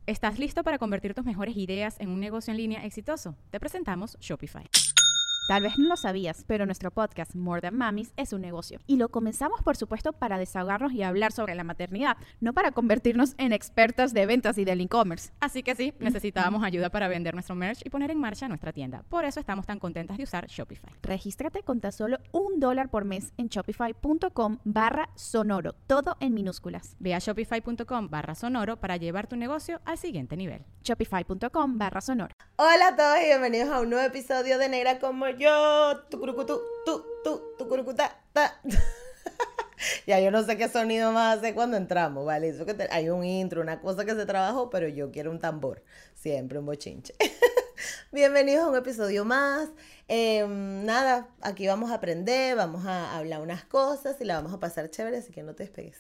¿Estás listo para convertir tus mejores ideas en un negocio en línea exitoso? Te presentamos Shopify. Tal vez no lo sabías, pero nuestro podcast More Than Mamis es un negocio. Y lo comenzamos, por supuesto, para desahogarnos y hablar sobre la maternidad, no para convertirnos en expertas de ventas y del e-commerce. Así que sí, necesitábamos ayuda para vender nuestro merch y poner en marcha nuestra tienda. Por eso estamos tan contentas de usar Shopify. Regístrate con tan solo $1 por mes en shopify.com/sonoro, todo en minúsculas. Ve a shopify.com/sonoro para llevar tu negocio al siguiente nivel. Shopify.com/sonoro. Hola a todos y bienvenidos a un nuevo episodio de Negra como yo. Tucurucutú, tucurucutá, ta. Ya yo no sé qué sonido más hace cuando entramos, ¿vale? Eso que hay un intro, una cosa que se trabajó, pero yo quiero un tambor, siempre un bochinche. Bienvenidos a un episodio más. Nada, aquí vamos a aprender, vamos a hablar unas cosas y la vamos a pasar chévere, así que no te despegues.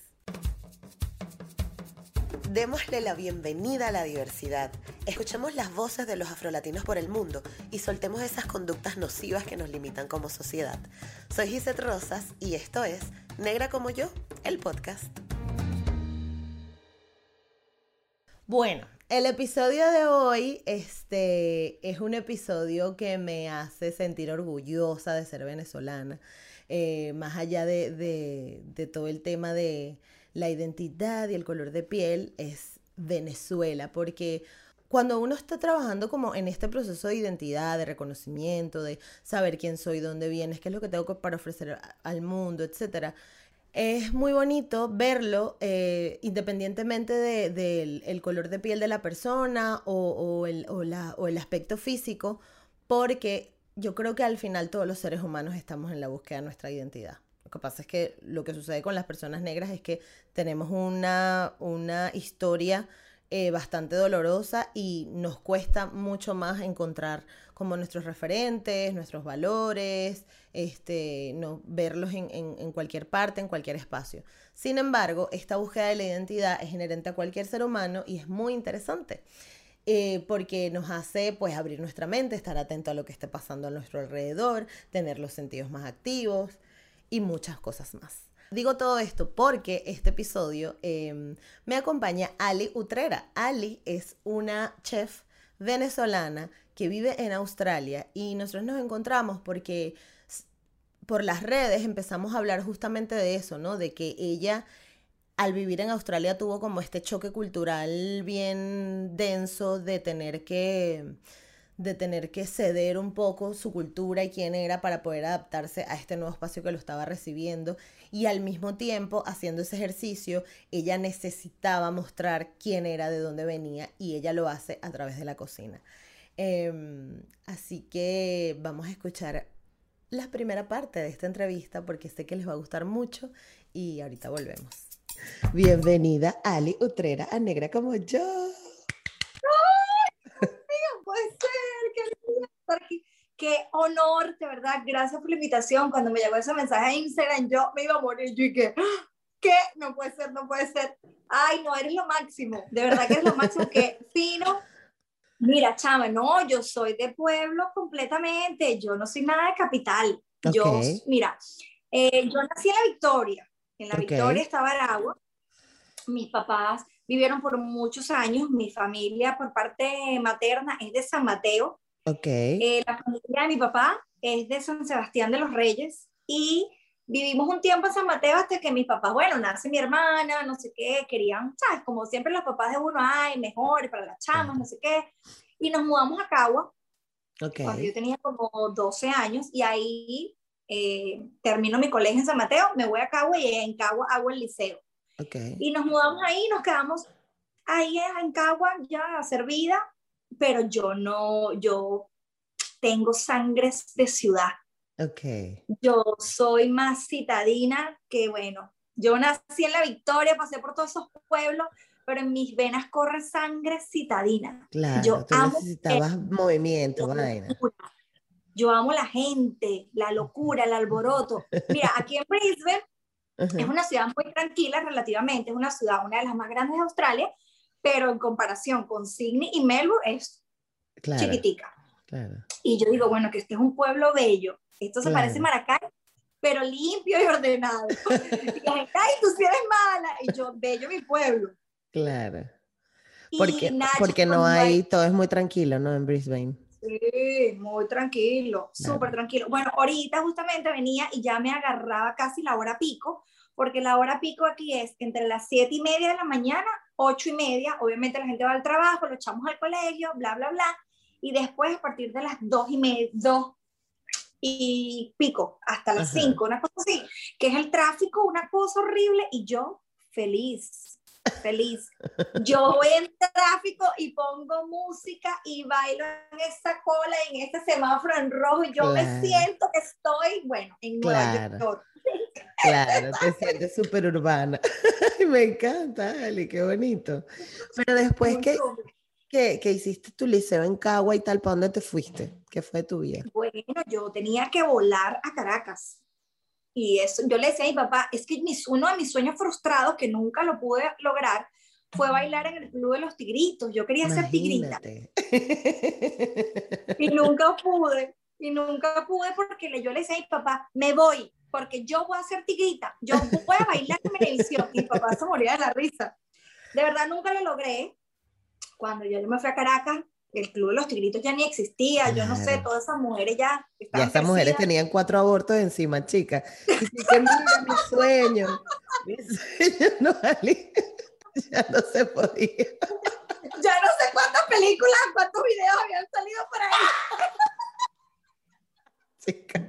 Démosle la bienvenida a la diversidad. Escuchemos las voces de los afrolatinos por el mundo y soltemos esas conductas nocivas que nos limitan como sociedad. Soy Gisette Rosas y esto es Negra como yo, el podcast. Bueno, el episodio de hoy es un episodio que me hace sentir orgullosa de ser venezolana. Más allá de todo el tema de la identidad y el color de piel, es Venezuela, porque cuando uno está trabajando como en este proceso de identidad, de reconocimiento, de saber quién soy, dónde vienes, qué es lo que tengo para ofrecer al mundo, etcétera, es muy bonito verlo independientemente del color de piel de la persona o el aspecto físico, porque yo creo que al final todos los seres humanos estamos en la búsqueda de nuestra identidad. Lo que pasa es que lo que sucede con las personas negras es que tenemos una historia bastante dolorosa y nos cuesta mucho más encontrar como nuestros referentes, nuestros valores, no, verlos en cualquier parte, en cualquier espacio. Sin embargo, esta búsqueda de la identidad es inherente a cualquier ser humano y es muy interesante. Porque nos hace pues abrir nuestra mente, estar atento a lo que esté pasando a nuestro alrededor, tener los sentidos más activos y muchas cosas más. Digo todo esto porque este episodio me acompaña Ali Utrera. Ali es una chef venezolana que vive en Australia y nosotros nos encontramos porque por las redes empezamos a hablar justamente de eso, ¿no? De que ella al vivir en Australia tuvo como este choque cultural bien denso de tener que ceder un poco su cultura y quién era para poder adaptarse a este nuevo espacio que lo estaba recibiendo, y al mismo tiempo haciendo ese ejercicio ella necesitaba mostrar quién era, de dónde venía, y ella lo hace a través de la cocina. Así que vamos a escuchar la primera parte de esta entrevista porque sé que les va a gustar mucho y ahorita volvemos. Bienvenida Ali Utrera a Negra como yo. Puede ser, qué lindo estar aquí. Qué honor, de verdad, gracias por la invitación. Cuando me llegó ese mensaje a Instagram, yo me iba a morir. Yo dije, ¿qué? No puede ser, no puede ser. Ay, no, eres lo máximo, de verdad que eres lo máximo, qué fino. Mira, chama, no, yo soy de pueblo completamente, yo no soy nada de capital. Okay. Yo, mira, yo nací en La Victoria, Victoria estaba Aragua. Mis papás vivieron por muchos años, mi familia por parte materna es de San Mateo. Okay. La familia de mi papá es de San Sebastián de los Reyes y vivimos un tiempo en San Mateo hasta que mis papás, bueno, nace mi hermana, no sé qué, querían, ¿sabes? Como siempre los papás de uno, ay, mejor para las chamas, no sé qué. Y nos mudamos a Cagua, cuando yo tenía como 12 años, y ahí termino mi colegio en San Mateo, me voy a Cagua y en Cagua hago el liceo. Y nos mudamos ahí, nos quedamos ahí en Cagua ya servida, pero yo tengo sangre de ciudad. Yo soy más citadina que, bueno, yo nací en La Victoria, pasé por todos esos pueblos, pero en mis venas corre sangre citadina. Claro, yo tú necesitabas movimiento, vaina. Yo amo la gente, la locura, el alboroto. Mira, aquí en Brisbane es una ciudad muy tranquila relativamente, es una ciudad, una de las más grandes de Australia, pero en comparación con Sydney y Melbourne es chiquitica. Claro. Y yo digo, bueno, que este es un pueblo bello. Esto se parece a Maracay, pero limpio y ordenado. Y la gente, ay, tú sí eres mala. Y yo, bello mi pueblo. Claro. Y Nacho, Porque no cuando hay, todo es muy tranquilo, ¿no? En Brisbane. sí, muy tranquilo, súper Claro. tranquilo. Bueno, ahorita justamente venía y ya me agarraba casi la hora pico, porque la hora pico aquí es entre las 7:30 de la mañana, 8:30. Obviamente la gente va al trabajo, lo echamos al colegio, bla, bla, bla. Y después a partir de las 2:30, 2:00 y pico, hasta las Ajá. 5, una cosa así, que es el tráfico, una cosa horrible, y yo feliz, feliz. Yo voy en tráfico y pongo música y bailo en esa cola, en este semáforo en rojo, y yo me Claro, siento que estoy, bueno, en Nueva claro, York. claro, te sientes súper urbana. Ay, me encanta, Ali, qué bonito. Pero después Muy que hiciste tu liceo en Cagua y tal, ¿para dónde te fuiste? ¿Qué fue de tu vida? bueno, yo tenía que volar a Caracas. Y eso, yo le decía a mi papá, es que uno de mis sueños frustrados, que nunca lo pude lograr, fue bailar en el Club de los Tigritos. Yo quería ser tigrita Imagínate. y nunca pude porque yo le decía a mi papá, me voy, porque yo voy a ser tigrita, yo voy a bailar en televisión. Y mi papá se moría de la risa. De verdad nunca lo logré. Cuando yo me fui a Caracas, el Club de los Tigritos ya ni existía, yo no sé, Claro. todas esas mujeres ya Ya estaban esas mujeres crecidas. tenían 4 abortos encima, chica. Y sí que mira, mi sueño, no, Ali, ya no se podía, Ya no sé cuántas películas, cuántos videos habían salido por ahí. chica.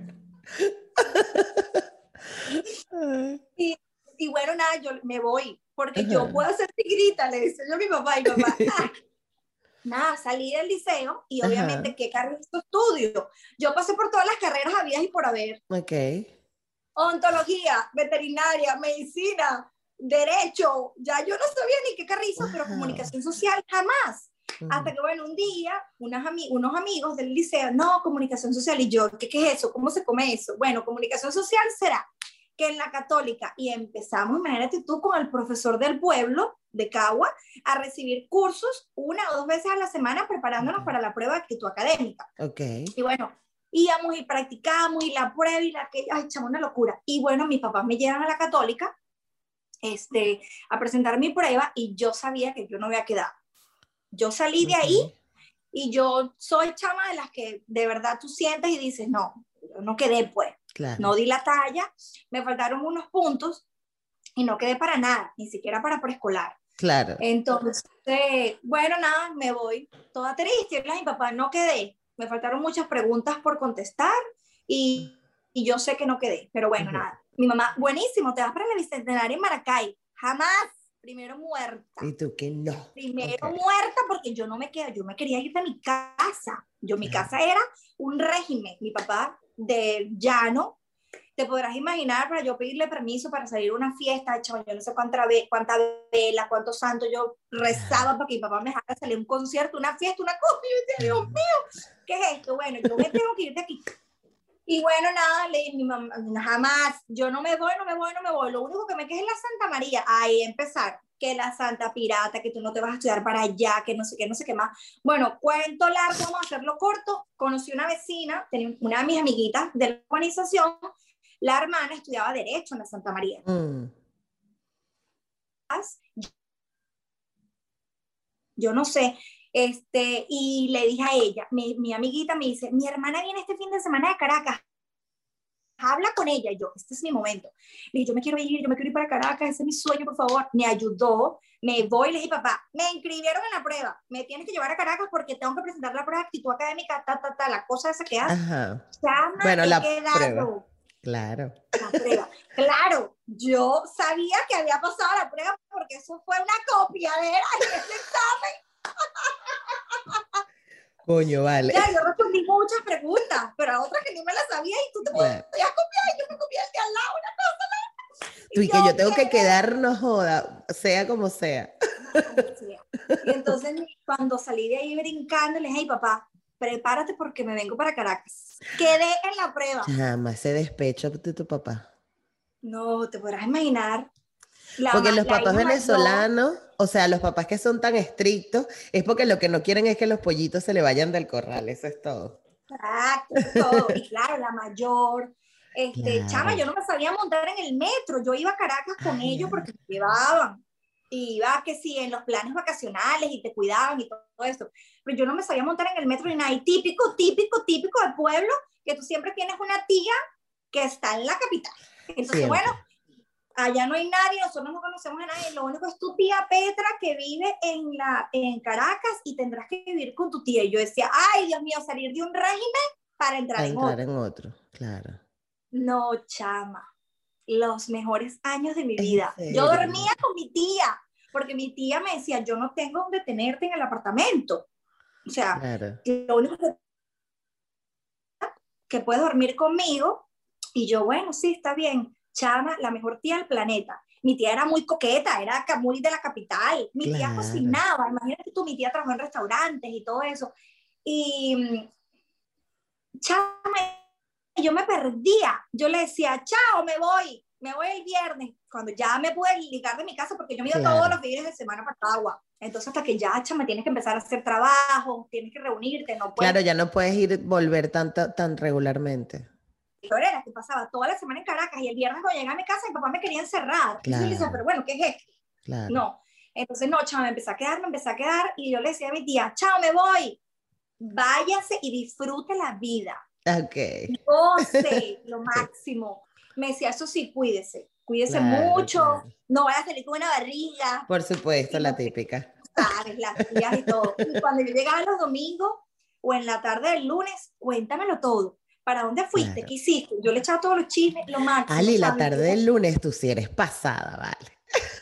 Ay, Y bueno, nada, yo me voy, porque yo ajá. puedo ser tigrita, le decía yo a mi papá, y papá, nada, salí del liceo y Ajá, obviamente, ¿qué carrera estudio? Yo pasé por todas las carreras habidas y por haber, ok, odontología, veterinaria, medicina, derecho, ya yo no sabía ni qué carrera hizo, pero wow. comunicación social jamás. Hasta Ujú. que, bueno, un día unos amigos del liceo, no, comunicación social, y yo, ¿qué es eso? ¿Cómo se come eso? Bueno, comunicación social será que en la Católica, y empezamos, imagínate tú, con el profesor del pueblo de Cagua, a recibir cursos 1 o 2 veces a la semana preparándonos Okay. para la prueba de actitud académica. Ok, Y bueno, íbamos y practicábamos y la prueba y la que, ay, echamos una locura. Y bueno, mis papás me llevan a la Católica a presentar mi prueba y yo sabía que yo no había quedado. Yo salí de ok, ahí y yo soy chama de las que de verdad tú sientes y dices, no, yo no quedé pues, claro, no di la talla, me faltaron unos puntos y no quedé para nada, ni siquiera para preescolar. claro. Entonces, bueno, nada, me voy toda triste. Y mi papá, no quedé. Me faltaron muchas preguntas por contestar y yo sé que no quedé. Pero bueno, Ujú. nada. Mi mamá, buenísimo, te vas para la Bicentenaria en Maracay. Jamás. Primero muerta. Y tú que no. Ok, Primero muerta porque yo no me quedo, yo me quería ir de mi casa. Mi claro. casa era un régimen. Mi papá de llano, te podrás imaginar, para yo pedirle permiso para salir a una fiesta, chaval, yo no sé cuánta vela, cuántos santos yo rezaba para que mi papá me dejara salir a un concierto, una fiesta, una cosa. Y yo decía, Dios mío, ¿qué es esto? Bueno, yo me tengo que ir de aquí. Y bueno, nada, le dije, mi mamá, jamás, yo no me voy, no me voy, no me voy. Lo único que me queda es la Santa María. Ahí empezar, que la Santa Pirata, que tú no te vas a estudiar para allá, que no sé qué, no sé qué más. Bueno, cuento largo, vamos a hacerlo corto. Conocí una vecina, tenía una de mis amiguitas de la organización, la hermana estudiaba Derecho en la Santa María. Mm, Yo no sé, y le dije a ella, mi amiguita me dice, mi hermana viene este fin de semana de Caracas, habla con ella. Y yo, este es mi momento. Le dije, yo me quiero ir para Caracas, ese es mi sueño, por favor. Me ayudó, me voy, le dije, papá, me inscribieron en la prueba, me tienes que llevar a Caracas porque tengo que presentar la prueba de actitud académica, la cosa esa que hace. ajá. Chama, Bueno, he la prueba. quedado. Claro. La prueba. Claro, yo sabía que había pasado la prueba porque eso fue una copiadera en ese examen. Coño, vale. Ya, yo respondí muchas preguntas, pero a otras que ni me las sabía y tú te Claro. podías copiar y yo me copié el de al lado, una cosa. Tú y que yo tengo que quedar, no joda, sea como sea. Como sea. Y entonces cuando salí de ahí brincando, le dije, hey papá, prepárate porque me vengo para Caracas. Quedé en la prueba. Jamás ese despecho de tu papá. No, te podrás imaginar. Porque los La papás hija mayor, venezolanos, o sea, los papás que son tan estrictos, es porque lo que no quieren es que los pollitos se le vayan del corral, eso es todo. exacto, eso es todo. Y claro, la mayor, chama, Claro. yo no me sabía montar en el metro. Yo iba a Caracas con Ay, ellos ay, porque me llevaban. Y iba que sí, en los planes vacacionales y te cuidaban y todo eso. Pero yo no me sabía montar en el metro ni nada. Y típico del pueblo, que tú siempre tienes una tía que está en la capital. Entonces, Siempre. bueno, allá no hay nadie, nosotros no conocemos a nadie, lo único es tu tía Petra que vive en Caracas y tendrás que vivir con tu tía. Y yo decía, ay, Dios mío, salir de un régimen para entrar en otro. En otro, claro. No, chama, los mejores años de mi vida. ¿En Yo serio? dormía con mi tía, porque mi tía me decía, yo no tengo donde tenerte en el apartamento. O sea, Claro. lo único que puedes dormir conmigo. Y yo, bueno, sí, está bien. Chama, la mejor tía del planeta. Mi tía era muy coqueta, era muy de la capital. Mi tía Claro. cocinaba. Imagínate tú, mi tía trabajó en restaurantes y todo eso. Y, chama, yo me perdía. Yo le decía, chao, me voy el viernes. Cuando ya me pude ligar de mi casa, porque yo me iba Claro. todos los fines de semana para Agua. Entonces, hasta que ya, chama, tienes que empezar a hacer trabajo, tienes que reunirte, no puedes. Claro, ya no puedes volver tan regularmente. Era que pasaba toda la semana en Caracas y el viernes cuando llegaba a mi casa mi papá me quería encerrar. Claro. Y yo le decía, pero bueno, ¿qué es esto? Claro. No. Entonces, no, chao, me empecé a quedar y yo le decía a mi tía, chao, me voy. Váyase y disfrute la vida. Ok. Goce lo máximo. Me decía, eso sí, cuídese Claro, mucho, claro. no vaya a salir con una barriga. Por supuesto, Y la no sé, típica. sabes, las tías y todo. Y cuando yo llegaba los domingos o en la tarde del lunes, cuéntamelo todo. ¿Para dónde fuiste? Claro. ¿Qué hiciste? Yo le echaba todos los chismes, lo máximo. Ali, la ¿sabes? tarde del lunes tú sí eres pasada, vale.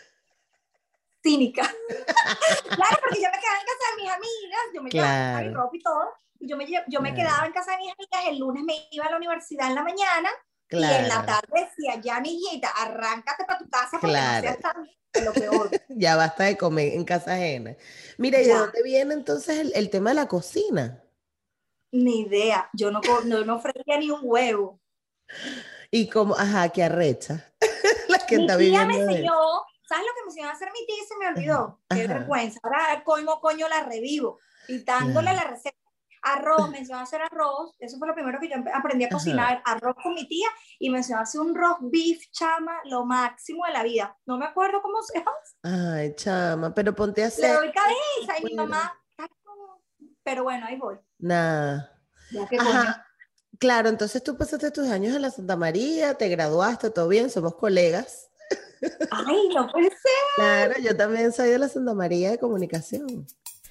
Cínica. Claro, porque yo me quedaba en casa de mis amigas, yo me llevaba mi ropa y todo, y yo me quedaba en casa de mis amigas, el lunes me iba a la universidad en la mañana, Claro. y en la tarde decía, ya mi hijita, arráncate para tu casa porque Claro. no seas tan lo peor. Ya basta de comer en casa ajena. Mira, ¿y de Ya. dónde viene entonces el tema de la cocina? Ni idea, yo no freía ni un huevo. Y como, ajá, qué arrecha. La que Mi está tía me viviendo de- enseñó, ¿sabes lo que me enseñó a hacer mi tía y se me olvidó? Qué Ajá. vergüenza, ahora coño la revivo, y dándole Claro. la receta. Arroz, me enseñó a hacer arroz, eso fue lo primero que yo aprendí a cocinar, arroz con mi tía, y me enseñó a hacer un roast beef, chama, lo máximo de la vida. No me acuerdo cómo se llama. Ay, chama, pero ponte a Le hacer. doy cabeza y mi Bueno. mamá, pero bueno, ahí voy. Nada. Ya que Ajá. coño. Claro, entonces tú pasaste tus años en la Santa María, te graduaste, todo bien, somos colegas. Ay, no puede ser. Claro, yo también soy de la Santa María de Comunicación.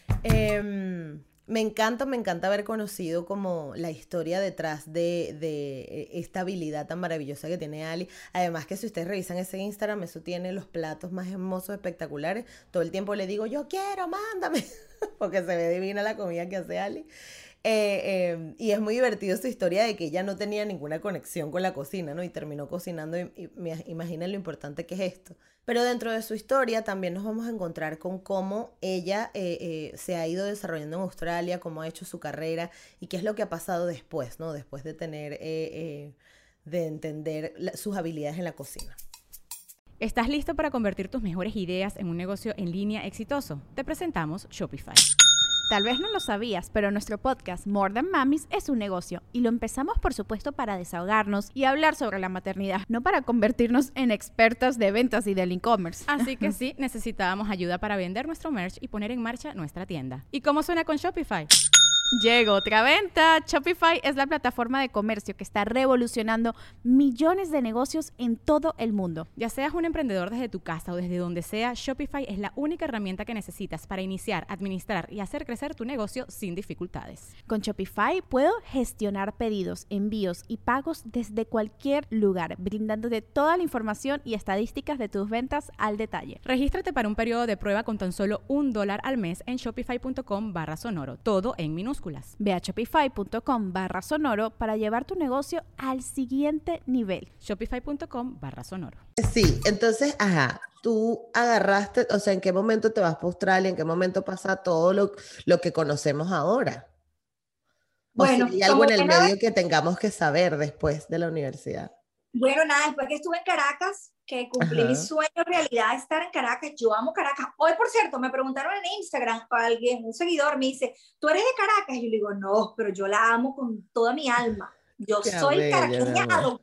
Me encanta haber conocido como la historia detrás de esta habilidad tan maravillosa que tiene Ali. Además que si ustedes revisan ese Instagram, eso tiene los platos más hermosos, espectaculares. Todo el tiempo le digo, yo quiero, mándame, porque se ve divina la comida que hace Ali. Y es muy divertido su historia de que ella no tenía ninguna conexión con la cocina, ¿no? Y terminó cocinando y imaginen lo importante que es esto. Pero dentro de su historia también nos vamos a encontrar con cómo ella se ha ido desarrollando en Australia, cómo ha hecho su carrera y qué es lo que ha pasado después, ¿no? Después de tener, de entender sus habilidades en la cocina. ¿Estás listo para convertir tus mejores ideas en un negocio en línea exitoso? Te presentamos Shopify. Tal vez no lo sabías, pero nuestro podcast More Than Mamis es un negocio y lo empezamos por supuesto para desahogarnos y hablar sobre la maternidad, no para convertirnos en expertas de ventas y del e-commerce. Así que sí, necesitábamos ayuda para vender nuestro merch y poner en marcha nuestra tienda. ¿Y cómo suena con Shopify? Llegó otra venta. Shopify es la plataforma de comercio que está revolucionando millones de negocios en todo el mundo. Ya seas un emprendedor desde tu casa o desde donde sea, Shopify es la única herramienta que necesitas para iniciar, administrar y hacer crecer tu negocio sin dificultades. Con Shopify puedo gestionar pedidos, envíos y pagos desde cualquier lugar, brindándote toda la información y estadísticas de tus ventas al detalle. Regístrate para un periodo de prueba con tan solo $1 al mes en shopify.com/sonoro, todo en minúsculas. Ve a shopify.com/sonoro para llevar tu negocio al siguiente nivel. Shopify.com/sonoro. Sí, entonces, ajá, tú agarraste, o sea, ¿en qué momento te vas para Australia? ¿En qué momento pasa todo lo que conocemos ahora? O Bueno, si hay algo como en el que nada, medio que tengamos que saber después de la universidad. bueno, nada, después que estuve en Caracas, que cumplí Ajá. mi sueño realidad de estar en Caracas, yo amo Caracas. Hoy, por cierto, me preguntaron en Instagram, alguien, un seguidor me dice, ¿tú eres de Caracas? Y yo le digo, no, pero yo la amo con toda mi alma. Yo Qué soy bella, caraqueña mi amor. adoptada.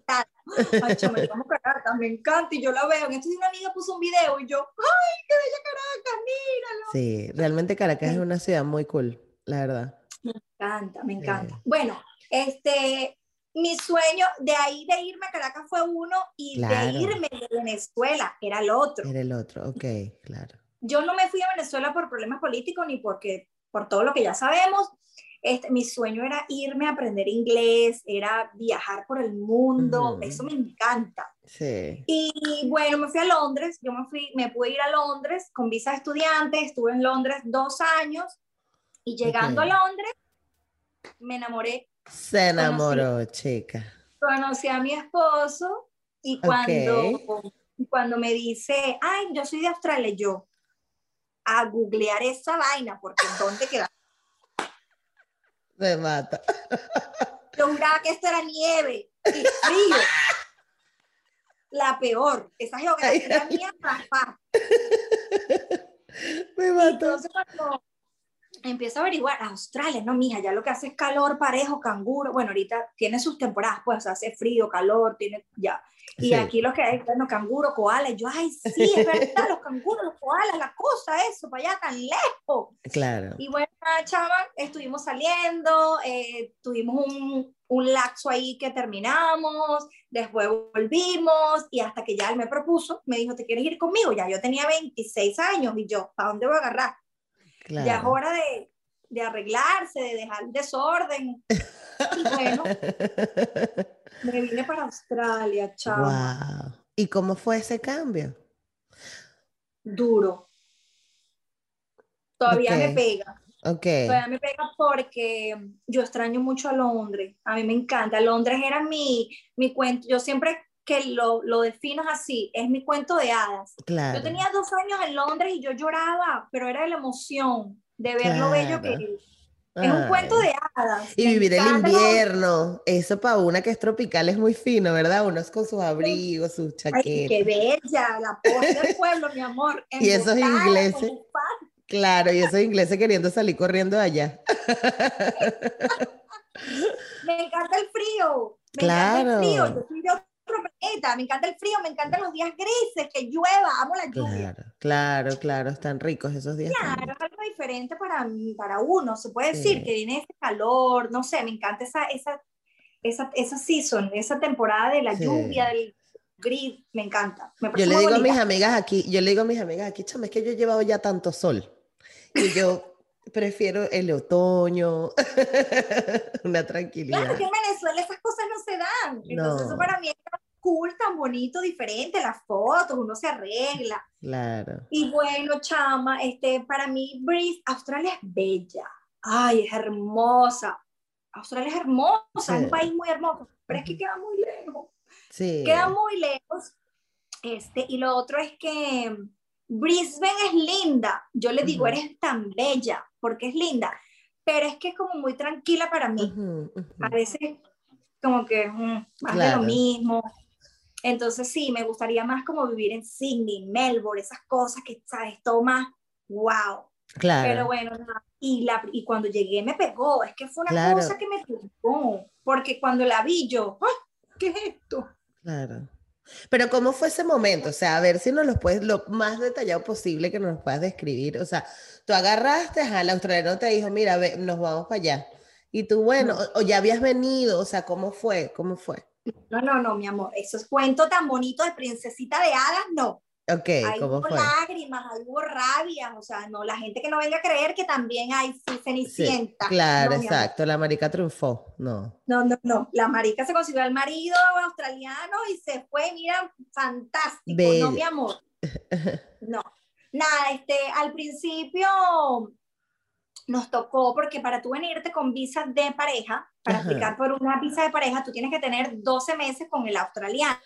Ay, chama, yo amo Caracas, me encanta y yo la veo. Entonces una amiga puso un video y yo, ¡ay, qué bella Caracas, míralo! Sí, realmente Caracas es una ciudad muy cool, la verdad. Me encanta, me encanta. Sí, Bueno, mi sueño de ahí de irme a Caracas fue uno y de claro, irme de Venezuela era el otro. era el otro, ok, claro. Yo no me fui a Venezuela por problemas políticos ni por todo lo que ya sabemos. Mi sueño era irme a aprender inglés, era viajar por el mundo, eso Ujú, me encanta. sí, Y bueno, me fui a Londres, me pude ir a Londres con visa de estudiante, estuve en Londres 2 años y llegando a ok. Londres me enamoré, Se conocí, enamoró, chica. conocí a mi esposo y Ok, cuando me dice, ay, yo soy de Australia, yo a googlear esa vaina, porque ¿dónde queda? me mata. Yo juraba que esto era nieve y frío, la peor, esa Ay, geografía ay, mía, papá. me Y mata. entonces cuando empiezo a averiguar, Australia, no, mija, ya lo que hace es calor parejo, canguro, bueno, ahorita tiene sus temporadas, pues hace frío, calor, tiene ya. Y Sí. aquí lo que hay, bueno, canguro, koala, y yo, ay, sí, es verdad, los canguros, los koalas, la cosa, eso, para allá tan lejos. Claro, Y bueno, chama, estuvimos saliendo, tuvimos un lapso ahí que terminamos, después volvimos y hasta que ya él me propuso, me dijo, ¿te quieres ir conmigo? Ya yo tenía 26 años y yo, ¿para dónde voy a agarrar? Ya es claro. hora de arreglarse, de dejar el desorden. Y bueno, me vine para Australia, chama, Wow. ¿Y cómo fue ese cambio? duro. Ok, Todavía me pega. ok, Todavía me pega porque yo extraño mucho a Londres. A mí me encanta. Londres era mi cuento. Yo siempre que lo defino así, es mi cuento de hadas. Yo claro, tenía 2 años en Londres y yo lloraba, pero era de la emoción de ver lo bello que claro. es. Es un cuento Ay. de hadas. Y Me vivir el encanta invierno, eso para una que es tropical es muy fino, ¿verdad? Uno es con sus abrigos, sus Ay, qué chaquetas. bella, la voz del pueblo, mi amor, Y esos embotada con ingleses, bufanda. claro, y esos ingleses queriendo salir corriendo de allá. Me encanta el frío, me encanta el frío. Yo Claro, soy de otro planeta, me encanta el frío, me encantan los días grises, que llueva, amo la lluvia. claro, claro, claro, están ricos esos días Claro, también. es algo diferente para uno. Se puede decir Sí, que viene ese calor, no sé, me encanta esa season, esa temporada de la lluvia, sí. del gris, me encanta, me Yo parece le muy digo a mis bonita. amigas aquí, yo le digo a mis amigas aquí, chama, es que yo he llevado ya tanto sol, que yo prefiero el otoño, una Claro que tranquilidad. en Venezuela esas cosas no se dan. Entonces eso No, para mí es tan cool, tan bonito, diferente, las fotos, uno se arregla. claro, Y bueno, chama, para mí Australia es bella. Ay, es hermosa. Australia es hermosa, es un sí, país muy hermoso, pero es que ujú, queda muy lejos. Queda sí, muy lejos. Y lo otro es que Brisbane es linda. Yo le digo, ujú, eres tan bella, porque es linda. Pero es que es como muy tranquila para mí. ujú, ujú, A veces como que más de lo claro, mismo. Entonces sí, me gustaría más como vivir en Sydney, Melbourne, esas cosas que, ¿sabes? Todo más, wow. Pero claro, bueno, nada. Y cuando llegué me pegó, es que fue una cosa claro, que me pegó, porque cuando la vi yo, ¡ay! ¿Qué es esto? claro. Pero ¿cómo fue ese momento? O sea, a ver si nos lo puedes, lo más detallado posible que nos lo puedas describir. O sea, tú agarraste, ajá, el australiano te dijo, mira, nos vamos para allá. Y tú, bueno, No, o ya habías venido, o sea, ¿cómo fue? ¿Cómo fue? no, no, no, mi amor, esos cuentos tan bonitos de princesita de hadas, no. Ok, Ahí ¿cómo hubo fue? lágrimas, ahí hubo rabias, o sea, no, la gente que no venga a creer que también hay sí, Sí, cenicienta. claro, No, mi amor. exacto, la marica triunfó. No, No, no, no. La marica se consiguió al marido australiano y se fue, mira, fantástico. No, mi bella. amor. No. Nada, al principio nos tocó, porque para tú venirte con visa de pareja, para Ajá, aplicar por una visa de pareja, tú tienes que tener 12 meses con el australiano.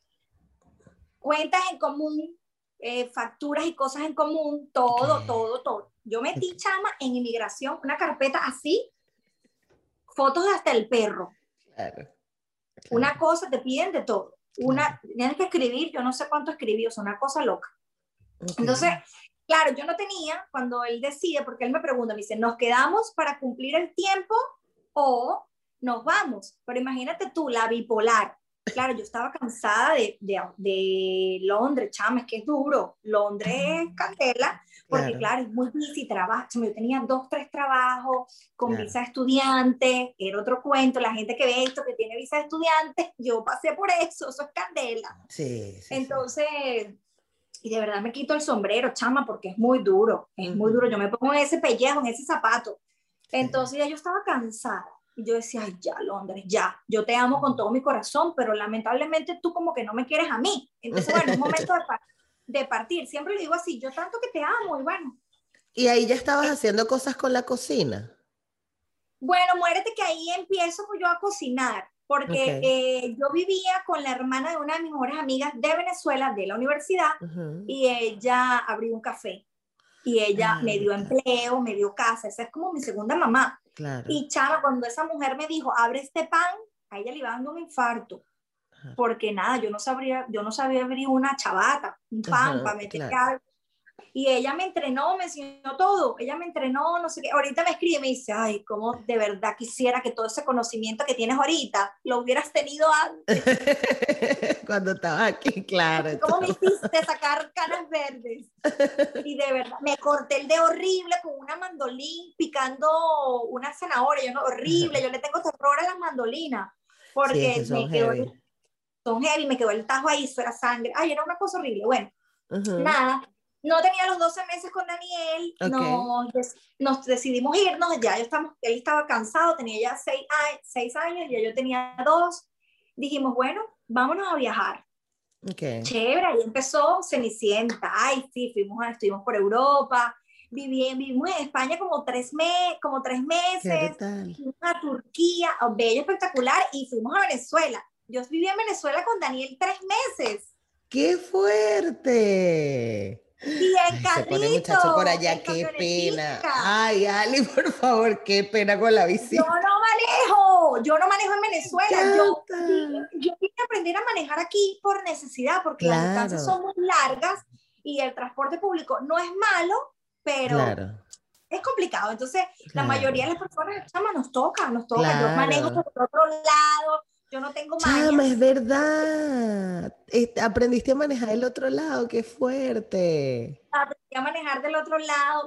Cuentas en común, facturas y cosas en común, ok, todo, todo, todo. Yo ok, metí, chama, en inmigración una carpeta así, fotos de hasta el perro. claro, Una claro, cosa, te piden de todo. claro. Tienes que escribir, yo no sé cuánto escribí, o sea, una cosa loca. Ok, Entonces, claro, yo no tenía, cuando él decide, porque él me pregunta, me dice, ¿nos quedamos para cumplir el tiempo o nos vamos? Pero imagínate tú, la bipolar. Claro, yo estaba cansada de Londres, chama, es que es duro. Londres es candela, porque Claro, claro, es muy difícil, trabajo. Chama, yo tenía 2, 3 trabajos con claro. visa de estudiante, era otro cuento. La gente que ve esto, que tiene visa de estudiante, yo pasé por eso es candela. Sí, sí, sí. Entonces, y de verdad me quito el sombrero, chama, porque es muy duro, es muy duro. Ujú, Yo me pongo en ese pellejo, en ese zapato. sí. Entonces ya yo estaba cansada. Y yo decía, ay, ya, Londres, ya, yo te amo con todo mi corazón, pero lamentablemente tú como que no me quieres a mí. Entonces, bueno, es momento de partir. Siempre le digo así, yo tanto que te amo, y bueno. Y ahí ya estabas eh, haciendo cosas con la cocina. bueno, muérete que ahí empiezo yo a cocinar, Ok. porque yo vivía con la hermana de una de mis mejores amigas de Venezuela, de la universidad, Ujú. y ella abrió un café. Y ella me Ah, dio claro, empleo, me dio casa, esa es como mi segunda mamá. claro. Y chava, cuando esa mujer me dijo, abre este pan, a ella le iba dando un infarto, Ajá, porque nada, yo no sabía abrir una chabata, un pan ajá, para meter claro. algo. Y ella me entrenó, me enseñó todo, ella me entrenó, no sé qué. Ahorita me escribe y me dice, ay, cómo de verdad quisiera que todo ese conocimiento que tienes ahorita lo hubieras tenido antes. Cuando estabas aquí, claro. ¿Cómo me Todo. hiciste sacar canas verdes? Y de verdad, me corté el dedo horrible con una mandolín picando una zanahoria. Yo no, horrible, Ajá. yo le tengo terror a las mandolinas Sí, es que porque son me quedó, heavy. son heavy, me quedó el tajo ahí, eso era sangre. Ay, era una cosa horrible. Bueno, Ujú, nada, no tenía los 12 meses con Daniel, ok. nos decidimos irnos, ya yo estamos, él estaba cansado, tenía ya 6 años, ya yo tenía 2. Dijimos, bueno, vámonos a viajar. Ok. Chévere, ahí empezó Cenicienta. Ay, sí, estuvimos por Europa, vivimos en España como tres Qué meses, brutal. fuimos a Turquía, oh, bello, espectacular, y fuimos a Venezuela. Yo viví en Venezuela con Daniel 3 meses. ¡Qué fuerte! Y en Ay, se pone muchacho por carrito, allá, en qué pena. camionetica. Ay, Ali, por favor, qué pena con la visita. Yo no manejo en Venezuela. Canta. Yo vine a aprender a manejar aquí por necesidad, porque las distancias Claro, son muy largas y el transporte público no es malo, pero claro, es complicado. Entonces, la mayoría claro, de las personas, chama, nos toca, nos toca. Yo manejo claro. por el otro lado, yo no tengo Chama, es mañas. verdad. Aprendiste a manejar el otro lado, qué fuerte. Aprendí a manejar del otro lado,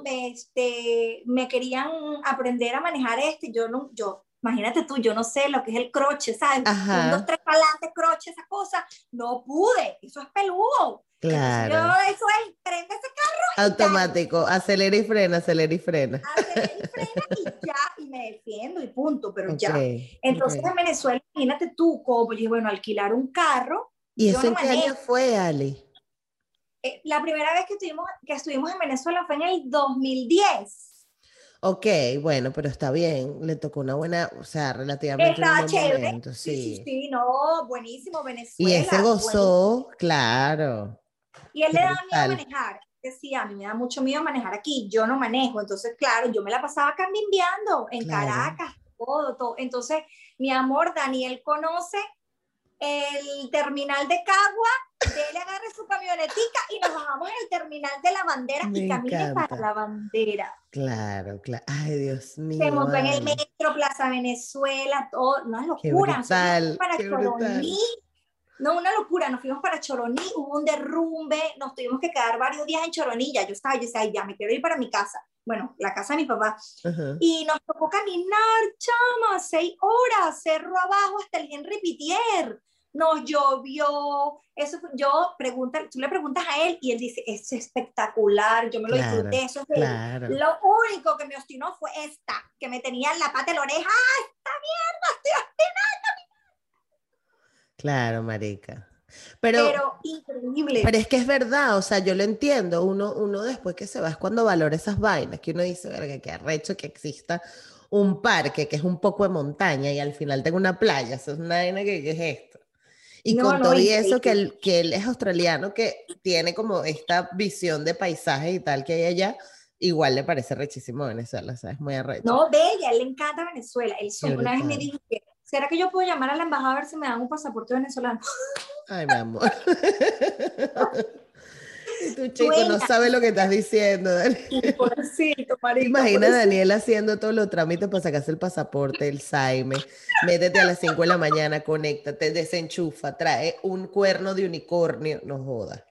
me querían aprender a manejar yo no, imagínate tú, yo no sé lo que es el croche, ¿sabes? Un, dos, Ajá, tres para adelante, croche, esa cosa, no pude, eso es peludo. Entonces yo, claro. eso es, prende ese carro y dale, Automático, acelera y frena, acelera y frena. acelera y frena y ya, y me defiendo y punto, pero Ok, ya. ok. Entonces en Venezuela, imagínate tú, como yo dije, bueno, alquilar un carro, ¿Y yo eso no en qué manejo. año fue, Ali? La primera vez que estuvimos en Venezuela fue en el 2010. Ok, bueno, pero está bien, le tocó una buena, o sea, relativamente un Estaba buen chévere. momento, Sí, sí, sí. sí, no, buenísimo, Y ese Venezuela, buenísimo. gozó, claro, Y él qué le daba miedo brutal, manejar. Decía, a mí me da mucho miedo manejar aquí, yo no manejo. Entonces, claro, yo me la pasaba cambiando en claro. Caracas, todo, todo. Entonces, mi amor, Daniel conoce el terminal de Cagua, él agarre su camionetica y nos bajamos en el terminal de la bandera Me y camine para encanta. la bandera. Claro, claro. Ay, Dios Se mío, montó en el Ali. metro, Plaza Venezuela, todo, una Qué locura. Nosotros nos fuimos brutal, para qué Choroní. brutal. No, una locura, nos fuimos para Choroní, hubo un derrumbe, nos tuvimos que quedar varios días en Choroní, ya yo decía, "Ay, ya me quiero ir para mi casa, bueno, la casa de mi papá, Ajá. y nos tocó caminar, chama, 6 horas, cerro abajo hasta el Henri Pittier, nos llovió, tú le preguntas a él y él dice, es espectacular, yo me lo Claro, disfruté, eso es bello. claro, Lo único que me obstinó fue que me tenía en la pata de la oreja, ¡ah, esta mierda, estoy obstinada! claro, marica. Pero, Pero pero increíble. es que es verdad, o sea, yo lo entiendo. Uno después que se va es cuando valora esas vainas, que uno dice, verga, qué arrecho que exista un parque que es un poco de montaña y al final tengo una playa. Eso es una vaina que es esto. Y No, con no, todo y eso, increíble. que él es australiano, que tiene como esta visión de paisaje y tal que hay allá, igual le parece rechísimo Venezuela, ¿sabes? Muy arrecho. No, bella, a él le encanta Venezuela. Qué Una vez me brutal. dijo que, ¿será que yo puedo llamar a la embajada a ver si me dan un pasaporte venezolano? Ay, mi amor. Tu chico no sabe lo que estás diciendo, Daniel. Pobrecito, marico, Imagina a pobrecito. Daniel haciendo todos los trámites para sacarse el pasaporte, el Saime. Métete a las 5 de la mañana, conéctate, desenchufa, trae un cuerno de unicornio. No joda.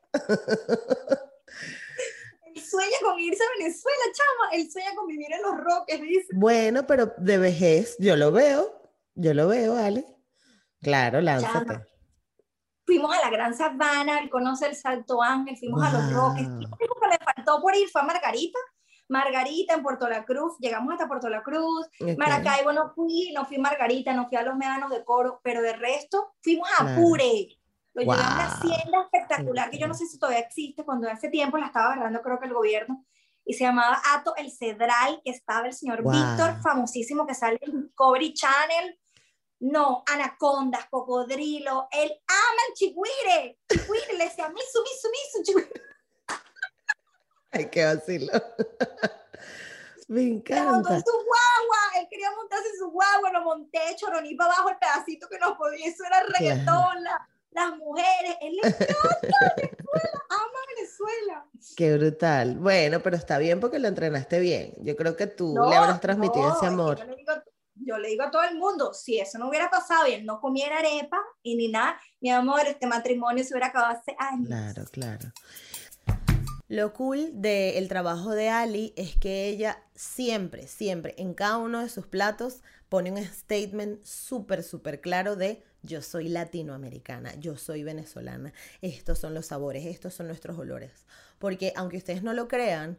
Él sueña con irse a Venezuela, chama. Él sueña con vivir en Los Roques, dice. Bueno, pero de vejez, yo lo veo, Ale. Claro, lánzate. Chama. Fuimos a la Gran Sabana, él conoce el Salto Ángel, fuimos a Los Roques. Lo único que le faltó por ir fue a Margarita en Puerto La Cruz, llegamos hasta Puerto La Cruz, Okay. Maracaibo no fui Margarita, no fui a los Médanos de Coro, pero de resto fuimos a Claro. Apure. Lo llevé a una Wow. hacienda espectacular que yo no sé si todavía existe, cuando hace tiempo la estaba agarrando creo que el gobierno, y se llamaba Hato el Cedral, que estaba el señor Wow. Víctor, famosísimo, que sale en Discovery Channel. No, anacondas, cocodrilo, él ama el chigüire, le decía misu, chigüire. Ay, qué vacilo. Me Se montó en encanta. su guagua, él quería montarse en su guagua, lo monté, choroní para abajo el pedacito que nos podía, eso era reggaetón, las mujeres, él le encanta Venezuela, ama Venezuela. Qué brutal. Bueno, pero está bien porque lo entrenaste bien. Yo creo que tú le habrás transmitido ese es que amor. yo le digo a todo el mundo, si eso no hubiera pasado y él no comiera arepa y ni nada, mi amor, este matrimonio se hubiera acabado hace años. Claro, claro. Lo cool del trabajo de Ali es que ella siempre, en cada uno de sus platos pone un statement súper claro de yo soy latinoamericana, yo soy venezolana, estos son los sabores, estos son nuestros olores. Porque aunque ustedes no lo crean,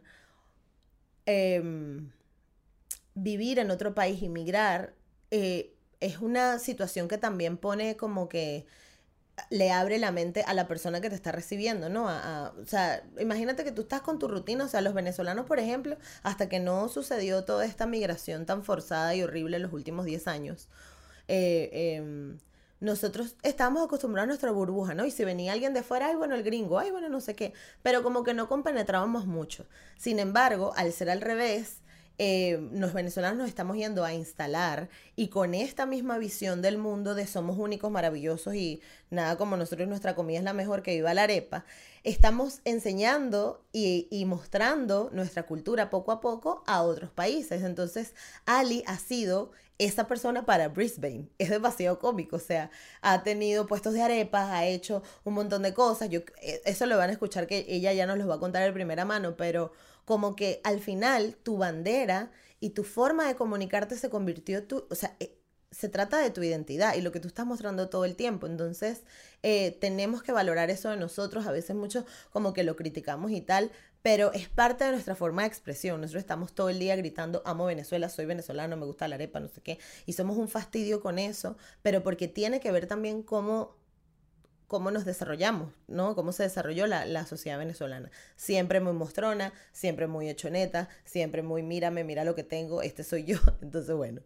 vivir en otro país, inmigrar, es una situación que también pone como que le abre la mente a la persona que te está recibiendo, ¿no? O sea, imagínate que tú estás con tu rutina, o sea, los venezolanos, por ejemplo, hasta que no sucedió toda esta migración tan forzada y horrible en los últimos 10 años, nosotros estábamos acostumbrados a nuestra burbuja, ¿no? Y si venía alguien de fuera, ay, bueno, el gringo, ay, bueno, no sé qué, pero como que no compenetrábamos mucho. Sin embargo, al ser al revés, los venezolanos nos estamos yendo a instalar y con esta misma visión del mundo de somos únicos, maravillosos y nada como nosotros, nuestra comida es la mejor, que viva la arepa, estamos enseñando y mostrando nuestra cultura poco a poco a otros países. Entonces Ali ha sido esa persona para Brisbane. Es demasiado cómico, o sea, ha tenido puestos de arepas, ha hecho un montón de cosas. Eso lo van a escuchar que ella ya nos lo va a contar de primera mano, pero como que al final tu bandera y tu forma de comunicarte se convirtió o sea, se trata de tu identidad y lo que tú estás mostrando todo el tiempo. Entonces tenemos que valorar eso de nosotros. A veces mucho como que lo criticamos y tal, pero es parte de nuestra forma de expresión. Nosotros estamos todo el día gritando amo Venezuela, soy venezolano, me gusta la arepa, no sé qué, y somos un fastidio con eso, pero porque tiene que ver también cómo nos desarrollamos, ¿no? Cómo se desarrolló la sociedad venezolana. Siempre muy mostrona, siempre muy hechoneta, siempre muy mírame, mira lo que tengo, este soy yo. Entonces, bueno,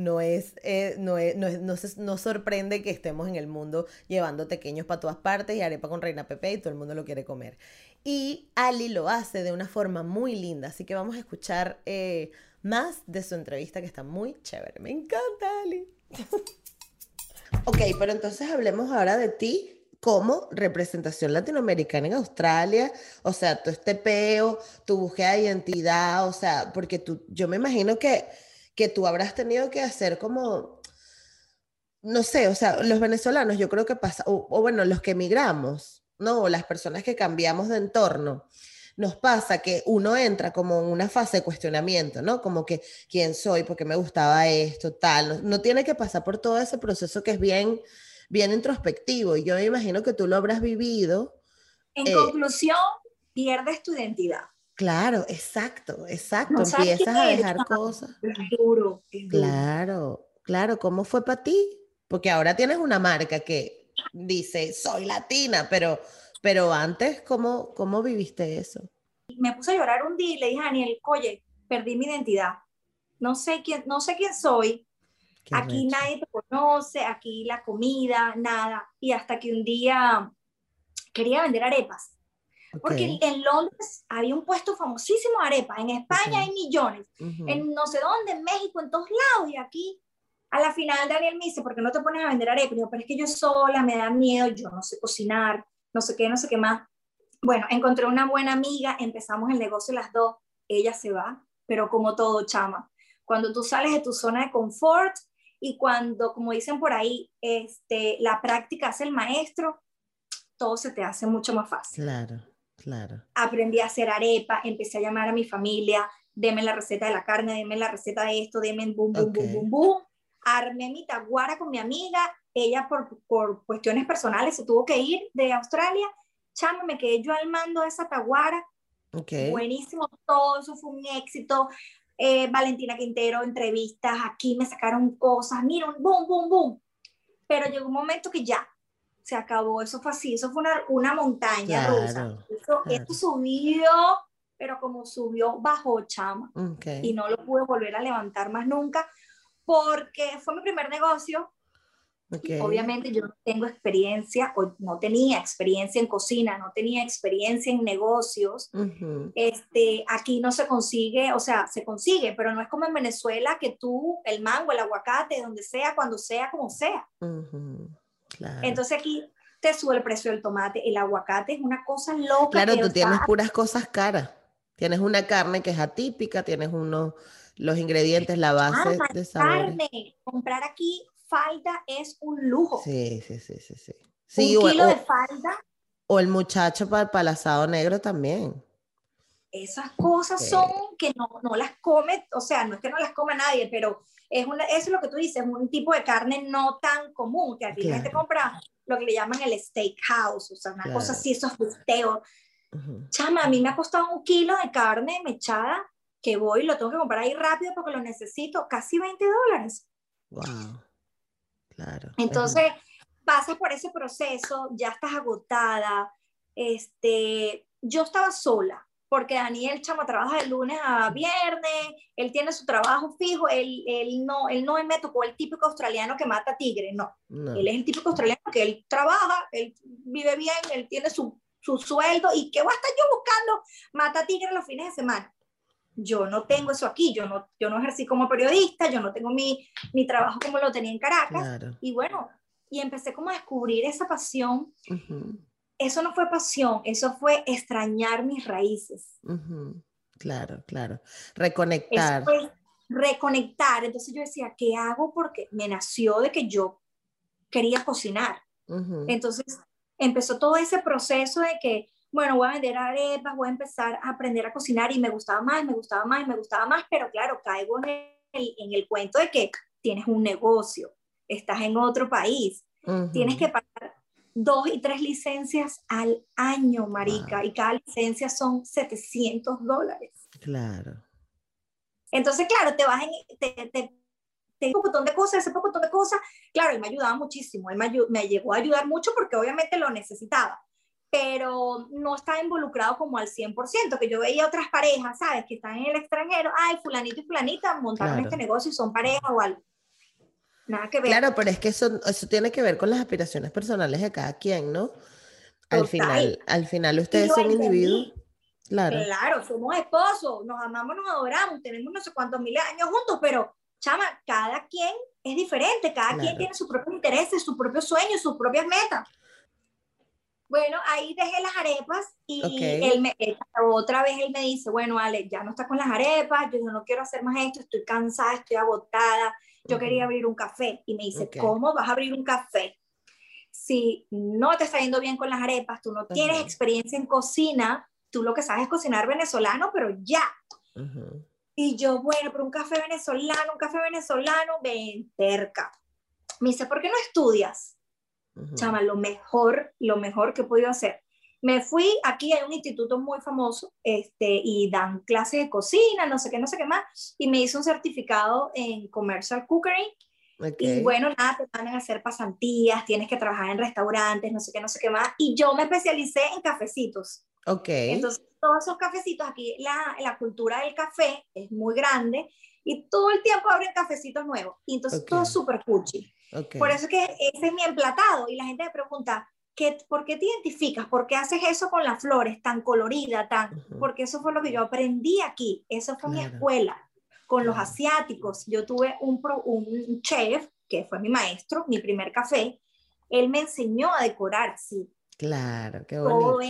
no sorprende que estemos en el mundo llevando tequeños para todas partes y arepa con reina pepe y todo el mundo lo quiere comer. Y Ali lo hace de una forma muy linda, así que vamos a escuchar más de su entrevista que está muy chévere. Me encanta, Ali. Ok, pero entonces hablemos ahora de ti como representación latinoamericana en Australia, o sea, tu este peo, tu búsqueda de identidad, o sea, porque yo me imagino que tú habrás tenido que hacer como, no sé, o sea, los venezolanos yo creo que pasa, o bueno, los que emigramos, ¿no? O las personas que cambiamos de entorno, nos pasa que uno entra como en una fase de cuestionamiento, ¿no? Como que, ¿quién soy? ¿Por qué me gustaba esto? Tal. No tiene que pasar por todo ese proceso que es bien introspectivo. Y yo me imagino que tú lo habrás vivido. En conclusión, pierdes tu identidad. Claro, exacto. No sabes Empiezas a dejar cosas. Es duro. Claro. ¿Cómo fue para ti? Porque ahora tienes una marca que dice, soy latina, pero antes, ¿cómo viviste eso? Me puse a llorar un día y le dije a Daniel, oye, perdí mi identidad. No sé quién soy. Qué aquí recho. nadie te conoce, aquí la comida, nada. Y hasta que un día quería vender arepas. Porque en Londres había un puesto famosísimo de arepas. En España hay millones. En no sé dónde, en México, en todos lados. Y aquí, a la final, Daniel me dice, ¿por qué no te pones a vender arepas? Y yo, pero es que yo sola, me da miedo, yo no sé cocinar, no sé qué más. Bueno, encontré una buena amiga, empezamos el negocio las dos, ella se va, pero como todo, chama, cuando tú sales de tu zona de confort y cuando, como dicen por ahí, la práctica hace el maestro, todo se te hace mucho más fácil. Claro, claro. Aprendí a hacer arepa, empecé a llamar a mi familia, deme la receta de la carne, deme la receta de esto, deme boom, boom, boom, boom, boom. Armé mi taguara con mi amiga, ella por cuestiones personales se tuvo que ir de Australia, chama, me quedé yo al mando de esa taguara, buenísimo, todo eso fue un éxito. Valentina Quintero, entrevistas, aquí me sacaron cosas, mira, boom, boom, boom. Pero llegó un momento que ya, se acabó, eso fue así, eso fue una montaña rusa. Esto subió, pero como subió, bajó, chama. Y no lo pude volver a levantar más nunca, porque fue mi primer negocio. Obviamente yo no tengo experiencia, o no tenía experiencia en cocina, no tenía experiencia en negocios. Aquí no se consigue, o sea, se consigue, pero no es como en Venezuela que tú, el mango, el aguacate, donde sea, cuando sea, como sea. Claro. Entonces aquí te sube el precio del tomate, el aguacate es una cosa loca. Claro, tú tienes puras cosas caras. Tienes una carne que es atípica, tienes los ingredientes, la base de sabores. Carne, comprar aquí falda es un lujo. Sí. Un kilo de falda. O el muchacho para el asado negro también. Esas cosas son que no las come, o sea, no es que no las coma nadie, pero eso es lo que tú dices, un tipo de carne no tan común, que aquí la gente compra lo que le llaman el steakhouse, o sea, una cosa así, esos bisteos. Chama, a mí me ha costado un kilo de carne mechada, que voy, lo tengo que comprar ahí rápido porque lo necesito, casi $20. Wow, claro. Entonces, pasas por ese proceso, ya estás agotada. Yo estaba sola, porque Daniel, chama, trabaja de lunes a viernes, él tiene su trabajo fijo, él no me tocó el típico australiano que mata tigres, no. Él es el típico australiano que él trabaja, él vive bien, él tiene su sueldo, y ¿qué voy a estar yo buscando? Mata tigres los fines de semana. Yo no tengo eso aquí, yo no ejercí como periodista, yo no tengo mi trabajo como lo tenía en Caracas, y bueno, y empecé como a descubrir esa pasión. Eso no fue pasión, eso fue extrañar mis raíces. Claro. Reconectar. Eso fue reconectar. Entonces yo decía, ¿qué hago? Porque me nació de que yo quería cocinar. Entonces empezó todo ese proceso de que, bueno, voy a vender arepas, voy a empezar a aprender a cocinar, y me gustaba más, pero claro, caigo en el cuento de que tienes un negocio, estás en otro país, tienes que pagar 2 y 3 licencias al año, marica, y cada licencia son $700. Claro. Entonces, claro, te vas un montón de cosas, ese montón de cosas. Claro, él me ayudaba muchísimo, él me llegó a ayudar mucho porque obviamente lo necesitaba, pero no estaba involucrado como al 100%, que yo veía otras parejas, ¿sabes? Que están en el extranjero, ay, fulanito y fulanita montaron este negocio y son pareja o algo. Nada que ver. Claro, pero es que eso tiene que ver con las aspiraciones personales de cada quien, ¿no? Al final ustedes son individuos. Claro, somos esposos, nos amamos, nos adoramos, tenemos no sé cuántos miles de años juntos, pero chama, cada quien es diferente, cada quien tiene sus propios intereses, sus propios sueños, sus propias metas. Bueno, ahí dejé las arepas y otra vez él me dice, bueno, Ale, ya no estás con las arepas, yo no quiero hacer más esto, estoy cansada, estoy agotada, yo quería abrir un café. Y me dice, ¿cómo vas a abrir un café? Si no te está yendo bien con las arepas, tú no tienes experiencia en cocina, tú lo que sabes es cocinar venezolano, pero ya. Y yo, bueno, pero un café venezolano, ven, terca. Me dice, ¿por qué no estudias? Chama, lo mejor que he podido hacer. Me fui, aquí hay un instituto muy famoso, y dan clases de cocina, no sé qué más, y me hice un certificado en Commercial Cookery. Y bueno, nada, te van a hacer pasantías, tienes que trabajar en restaurantes, no sé qué más, y yo me especialicé en cafecitos. Entonces, todos esos cafecitos, aquí la cultura del café es muy grande, y todo el tiempo abren cafecitos nuevos, y entonces todo es súper cuchi. Por eso es que ese es mi emplatado, y la gente me pregunta, ¿por qué te identificas? ¿Por qué haces eso con las flores tan colorida? Porque eso fue lo que yo aprendí aquí, eso fue mi escuela. Con los asiáticos, yo tuve un chef, que fue mi maestro, mi primer café, él me enseñó a decorar así. Claro, qué bonito. Todo era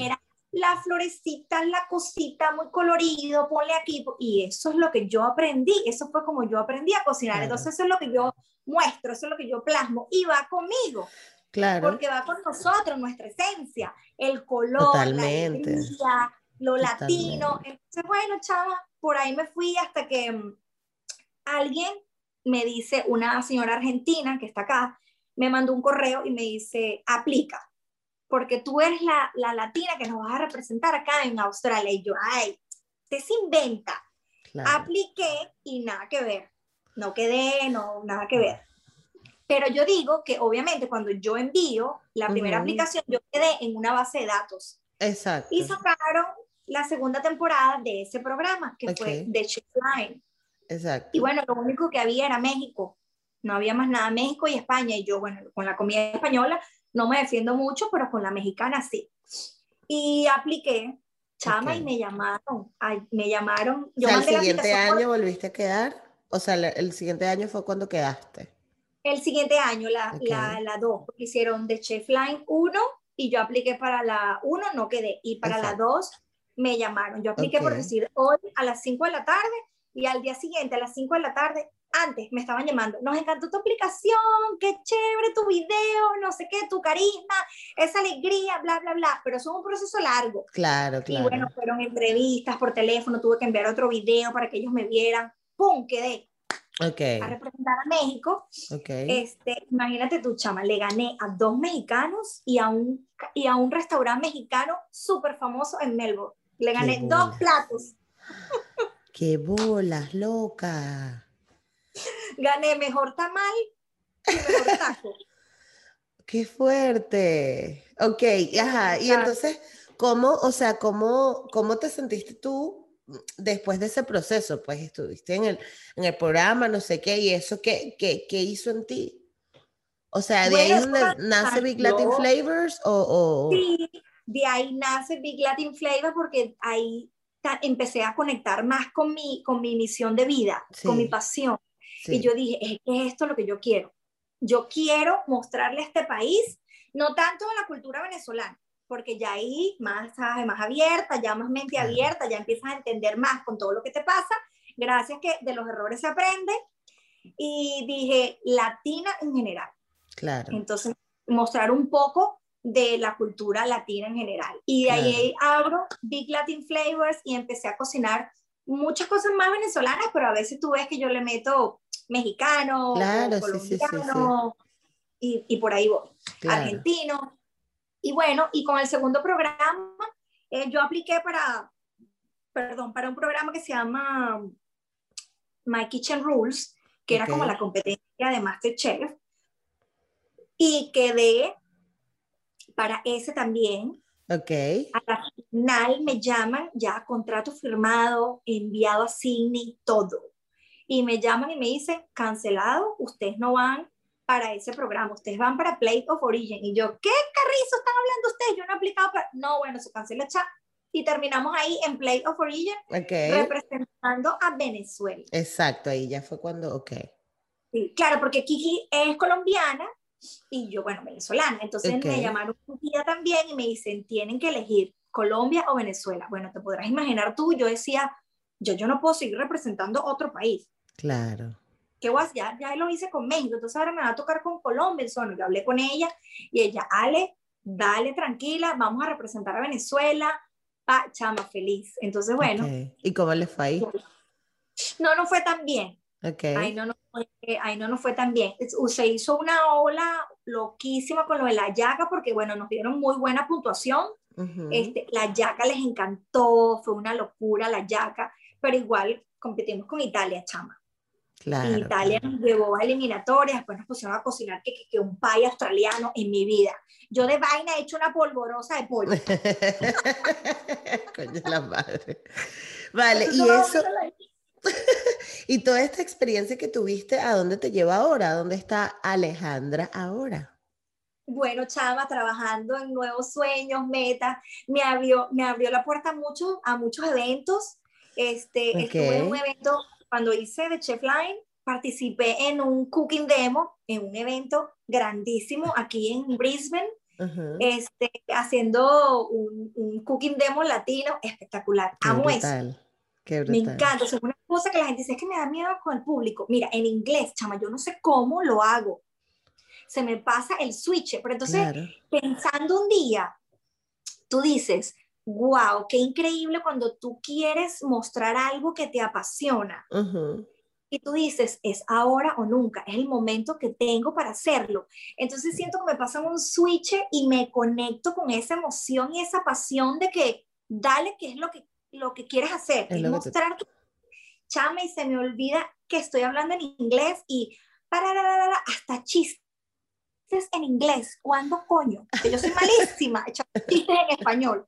la florecita, la cosita muy colorido, ponle aquí, y eso es lo que yo aprendí, eso fue como yo aprendí a cocinar, Claro. entonces eso es lo que yo muestro, eso es lo que yo plasmo, y va conmigo, Claro, porque va con nosotros, nuestra esencia, el color, la totalmente, alegría, lo latino, totalmente. entonces bueno, chama, por ahí me fui hasta que alguien me dice, una señora argentina que está acá, me mandó un correo y me dice, aplica, porque tú eres la latina que nos vas a representar acá en Australia. Y yo, ay, usted se inventa. Claro. Apliqué y nada que ver. No quedé, no, nada que ver. Pero yo digo que obviamente cuando yo envío la primera aplicación, yo quedé en una base de datos. Exacto. Y sacaron la segunda temporada de ese programa, que fue The Chef Line. Exacto. Y bueno, lo único que había era México. No había más nada, México y España. Y yo, bueno, con la comida española no me defiendo mucho, pero con la mexicana sí. Y apliqué, chama, y me llamaron. Yo o sea, mandé el la siguiente aplicación. año volviste a quedar. O sea, el siguiente año fue cuando quedaste. El siguiente año, la 2, porque hicieron de Chef Line 1 y yo apliqué para la 1, no quedé. Y para la 2 me llamaron. Yo apliqué por decir hoy a las 5 de la tarde y al día siguiente a las 5 de la tarde, antes me estaban llamando. Nos encantó tu aplicación, qué chévere tu video, no sé qué, tu carisma, esa alegría, bla, bla, bla. Pero eso es un proceso largo. Claro, claro. Y bueno, fueron entrevistas por teléfono, tuve que enviar otro video para que ellos me vieran. ¡Pum! Quedé. A representar a México. Imagínate tú, chama, le gané a 2 mexicanos y a un restaurante mexicano súper famoso en Melbourne. Le gané 2 platos. ¡Qué bolas, loca! Gané mejor tamal y mejor taco. ¡Qué fuerte! Ok, ajá. Y entonces, ¿cómo te sentiste tú después de ese proceso? Pues estuviste en el programa, no sé qué, y eso, ¿qué hizo en ti? O sea, ¿de ahí es donde nace Big Latin Flavors? Sí, de ahí nace Big Latin Flavors porque ahí empecé a conectar más con mi misión de vida, con mi pasión. Y yo dije, es esto lo que yo quiero. Yo quiero mostrarle a este país, no tanto a la cultura venezolana, porque ya ahí más abierta, ya más mente abierta, ya empiezas a entender más con todo lo que te pasa, gracias que de los errores se aprende. Y dije, latina en general. Claro. Entonces, mostrar un poco de la cultura latina en general. Y de ahí abro Big Latin Flavors y empecé a cocinar muchas cosas más venezolanas, pero a veces tú ves que yo le meto mexicano, o colombiano, sí. Y por ahí voy, argentino. Y bueno, y con el segundo programa, yo apliqué para un programa que se llama My Kitchen Rules, que era como la competencia de MasterChef, y quedé para ese también. A la final me llaman, ya contrato firmado, enviado a Sydney, todo. Y me llaman y me dicen, cancelado, ustedes no van para ese programa, ustedes van para Plate of Origin. Y yo, ¿qué carrizo están hablando ustedes? Yo no he aplicado para... No, bueno, se cancela ya. Y terminamos ahí en Plate of Origin, representando a Venezuela. Exacto, ahí ya fue cuando, Sí, claro, porque Kiki es colombiana y yo, bueno, venezolana. Entonces me llamaron un día también y me dicen, tienen que elegir Colombia o Venezuela. Bueno, te podrás imaginar tú, yo decía, yo no puedo seguir representando otro país. Claro. ¿Qué voy a hacer? Ya lo hice con México, entonces ahora me va a tocar con Colombia. Entonces, yo hablé con ella y ella, Ale, dale tranquila, vamos a representar a Venezuela, chama, feliz. Entonces, bueno. ¿Y cómo le fue ahí? No fue tan bien. Ahí no fue tan bien. Se hizo una ola loquísima con lo de la yaca porque, bueno, nos dieron muy buena puntuación. La yaca les encantó, fue una locura la yaca, pero igual competimos con Italia, chama. Claro, Italia nos llevó a eliminatorias, después nos pusieron a cocinar que un pay australiano en mi vida. Yo de vaina he hecho una polvorosa de pollo. Coño la madre. Vale, y eso... Y toda esta experiencia que tuviste, ¿a dónde te lleva ahora? ¿A dónde está Alejandra ahora? Bueno, chama, trabajando en nuevos sueños, metas, me abrió la puerta a muchos eventos. Estuve en un evento, cuando hice de Chef Line, participé en un cooking demo, en un evento grandísimo aquí en Brisbane, Ajá. Haciendo un cooking demo latino espectacular. Qué Amo eso. brutal, qué Me brutal. encanta. O sea, una cosa que la gente dice es que me da miedo con el público. Mira, en inglés, chama, yo no sé cómo lo hago. Se me pasa el switch. Pero entonces, Claro. pensando un día, tú dices, wow, qué increíble cuando tú quieres mostrar algo que te apasiona. Ajá. Y tú dices, es ahora o nunca, es el momento que tengo para hacerlo. Entonces siento que me pasa un switch y me conecto con esa emoción y esa pasión de que dale, que es lo que quieres hacer, Es es lo que te... mostrar tu chama y se me olvida que estoy hablando en inglés y hasta chistes en inglés. ¿Cuándo coño? Que yo soy malísima echando chistes en español.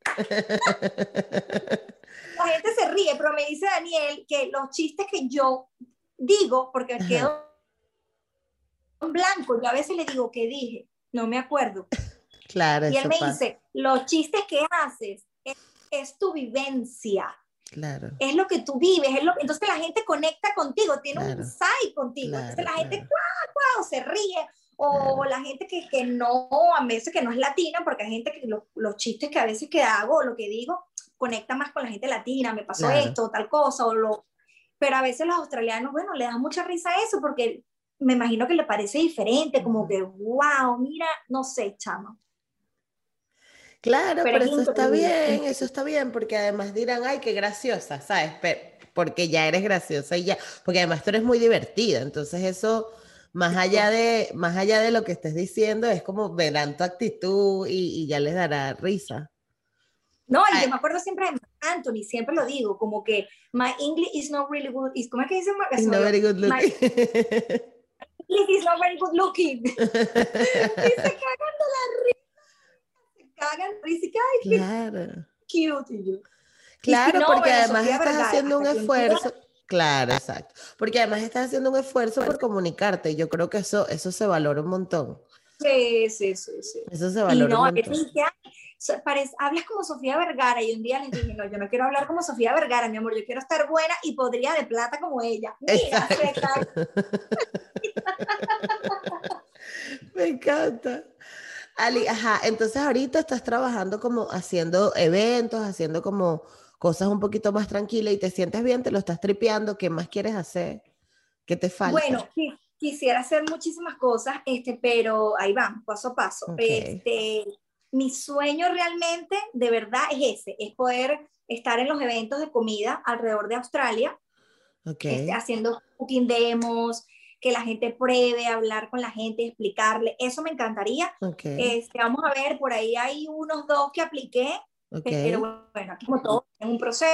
La gente se ríe, pero me dice Daniel que los chistes que yo digo, porque me Ajá. quedo en blanco, yo a veces le digo, ¿qué dije? No me acuerdo. Claro, Y él eso me pasa. dice, los chistes que haces es tu vivencia, Claro, es lo que tú vives, entonces la gente conecta contigo, tiene un claro, insight contigo, entonces claro, la gente claro, ¡guau! Se ríe, o claro. la gente que no, a veces que no es latina, porque hay gente que los chistes que a veces que hago, o lo que digo, conecta más con la gente latina, me pasó Claro. esto, tal cosa, pero a veces los australianos, bueno, le dan mucha risa a eso, porque me imagino que le parece diferente, como Ujú. que, wow, mira, no sé, chama, Claro, pero pero es increíble. eso está bien, porque además dirán, ay, qué graciosa, ¿sabes? Porque ya eres graciosa y ya, porque además tú eres muy divertida, entonces eso, más allá de lo que estés diciendo, es como verán tu actitud y ya les dará risa. No, y Ay, yo me acuerdo siempre de Marc Anthony, siempre lo digo, como que my English is not really good. ¿Cómo es que dice? y Se me no olvidó. very good My looking. English is not very good looking. Y se cagan de la risa, se cagan de risa y que, ay, qué Claro. cute. Y yo. Y si Claro, no, porque bueno, además Sofía estás Vergara, haciendo un hasta que un día, esfuerzo. Claro, exacto. Porque además estás haciendo un esfuerzo por comunicarte. Yo creo que eso se valora un montón. sí, sí, sí, sí. Eso se Y valora un no, a veces montón. dije, ay, hablas como Sofía Vergara. Y un día les dije, no, yo no quiero hablar como Sofía Vergara, mi amor, yo quiero estar buena y podría de plata como ella. Mira, se Exacto. cae. Me encanta. Ali, ajá, entonces ahorita estás trabajando como haciendo eventos, haciendo como cosas un poquito más tranquilas y te sientes bien, te lo estás tripeando, ¿qué más quieres hacer? ¿Qué te falta? Bueno, sí, quisiera hacer muchísimas cosas, pero ahí van, paso a paso. Ok, Mi sueño realmente, de verdad, es ese, es poder estar en los eventos de comida alrededor de Australia, ok, haciendo cooking demos, que la gente pruebe, hablar con la gente, explicarle, eso me encantaría. ok, Vamos a ver, por ahí hay unos dos que apliqué, ok. pero bueno, aquí como todo, en un proceso,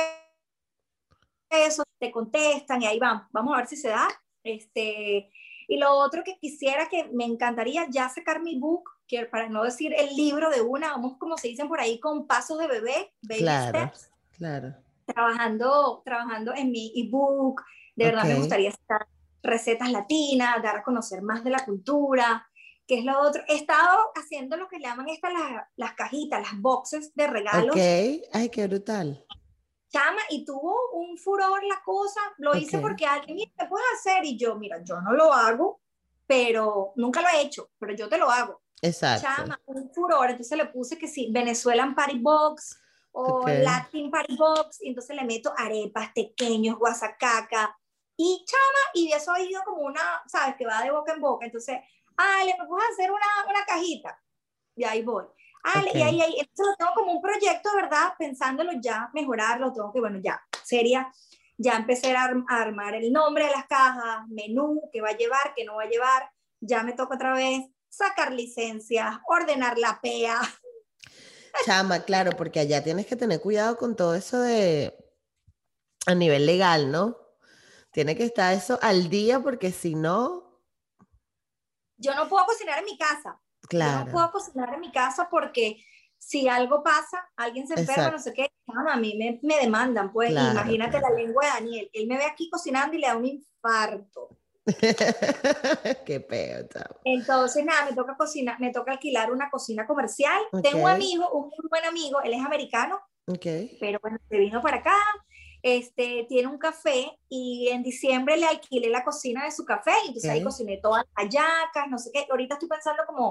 te contestan y ahí vamos a ver si se da. Y lo otro que quisiera, que me encantaría ya sacar mi book, que para no decir el libro de una, vamos como se dicen por ahí, con pasos de bebé, baby Claro, steps, claro. trabajando en mi ebook. De Ok, verdad me gustaría sacar recetas latinas, dar a conocer más de la cultura, que es lo otro. He estado haciendo lo que llaman las cajitas, las boxes de ok. regalos, Ay, qué brutal. chama, y tuvo un furor la cosa, lo Ok, hice porque alguien, mira, ¿qué puedes hacer? Y yo, mira, yo no lo hago, pero nunca lo he hecho, pero yo te lo hago. exacto. Chama, un furor, entonces le puse que sí, Venezuelan Party Box Ok. o Latin Party Box, y entonces le meto arepas, tequeños, guasacaca, y chama, y de eso ha ido como una, ¿sabes? Que va de boca en boca, entonces, Ale, ¿me puedes hacer una cajita? Y ahí voy. Ok. Entonces lo tengo como un proyecto, ¿verdad? Pensándolo ya, mejorarlo, tengo que, bueno, ya, sería, ya empecé a armar el nombre de las cajas, menú, qué va a llevar, qué no va a llevar, ya me toca otra vez sacar licencias, ordenar la PEA. Chama, claro, porque allá tienes que tener cuidado con todo eso de a nivel legal, ¿no? Tiene que estar eso al día porque si no, Yo no puedo cocinar en mi casa, yo no claro, puedo cocinar en mi casa porque si algo pasa, alguien se enferma, no exacto, sé qué, chama, a mí me demandan, pues claro, imagínate la claro. lengua de Daniel, él me ve aquí cocinando y le da un infarto. Qué peo, chama. Entonces, nada, me toca cocinar, me toca alquilar una cocina comercial. Ok, Tengo un amigo, un muy buen amigo, él es americano, ok, pero bueno, se vino para acá, tiene un café y en diciembre le alquilé la cocina de su café, y entonces ahí ok. cociné todas las hallacas, no sé qué. Ahorita estoy pensando como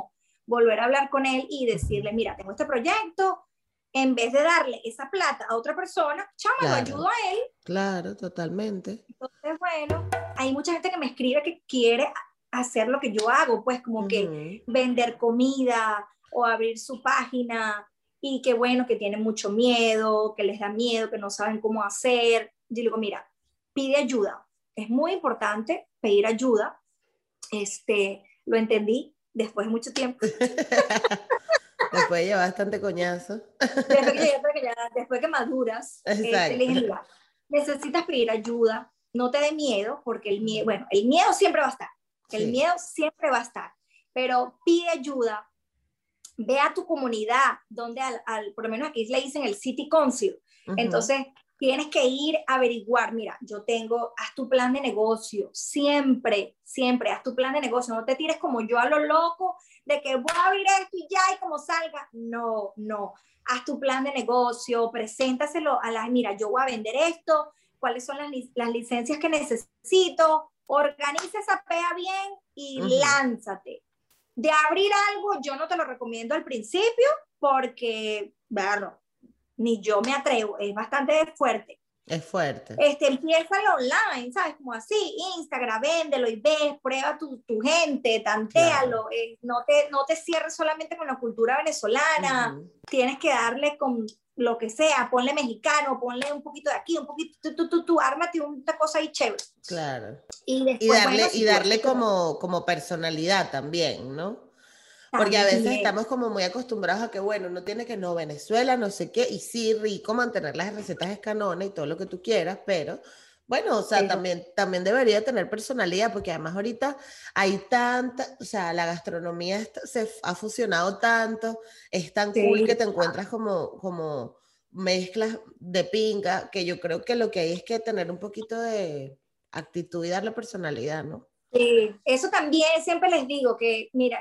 volver a hablar con él y decirle, mira, tengo este proyecto, en vez de darle esa plata a otra persona, chama, lo Claro, ayudo a él. claro, totalmente. Entonces, bueno, hay mucha gente que me escribe que quiere hacer lo que yo hago, pues como que Ujú. vender comida o abrir su página y que bueno, que tienen mucho miedo, que les da miedo, que no saben cómo hacer. Yo digo, mira, pide ayuda. Es muy importante pedir ayuda. Lo entendí después de mucho tiempo. Después de llevar bastante coñazo. Después que maduras, le Exacto. dije, mira, necesitas pedir ayuda, no te dé miedo, porque el miedo, bueno, el miedo siempre va a estar, el Sí. miedo siempre va a estar, pero pide ayuda, ve a tu comunidad, donde por lo menos aquí le dicen el City Council, Ujú. entonces tienes que ir a averiguar, mira, haz tu plan de negocio, siempre, siempre, haz tu plan de negocio, no te tires como yo a lo loco, de que voy a abrir esto y ya, y como salga, no, no, haz tu plan de negocio, preséntaselo mira, yo voy a vender esto, cuáles son las licencias que necesito, organiza esa pea bien y Ujú. lánzate. De abrir algo, yo no te lo recomiendo al principio porque, bueno, ni yo me atrevo, es bastante fuerte. Es fuerte. Empieza online, ¿sabes? Como así, Instagram, véndelo y ves, prueba tu gente, Claro. tantéalo, no te cierres solamente con la cultura venezolana, Ujú. tienes que darle con lo que sea, ponle mexicano, ponle un poquito de aquí, un poquito, tú, ármate una cosa ahí chévere. Claro. Y después, bueno, si Y tú ves darle que como personalidad también, ¿no? Porque a veces también, estamos como muy acostumbrados a que, bueno, uno tiene que no, Venezuela, no sé qué, y sí, rico mantener las recetas escanonas y todo lo que tú quieras, pero bueno, o sea, pero, también debería tener personalidad, porque además ahorita hay tanta, o sea, la gastronomía se ha fusionado tanto, es tan cool que sí. te encuentras como mezclas de pinga, que yo creo que lo que hay es que tener un poquito de actitud y darle personalidad, ¿no? Sí, eso también siempre les digo que, mira,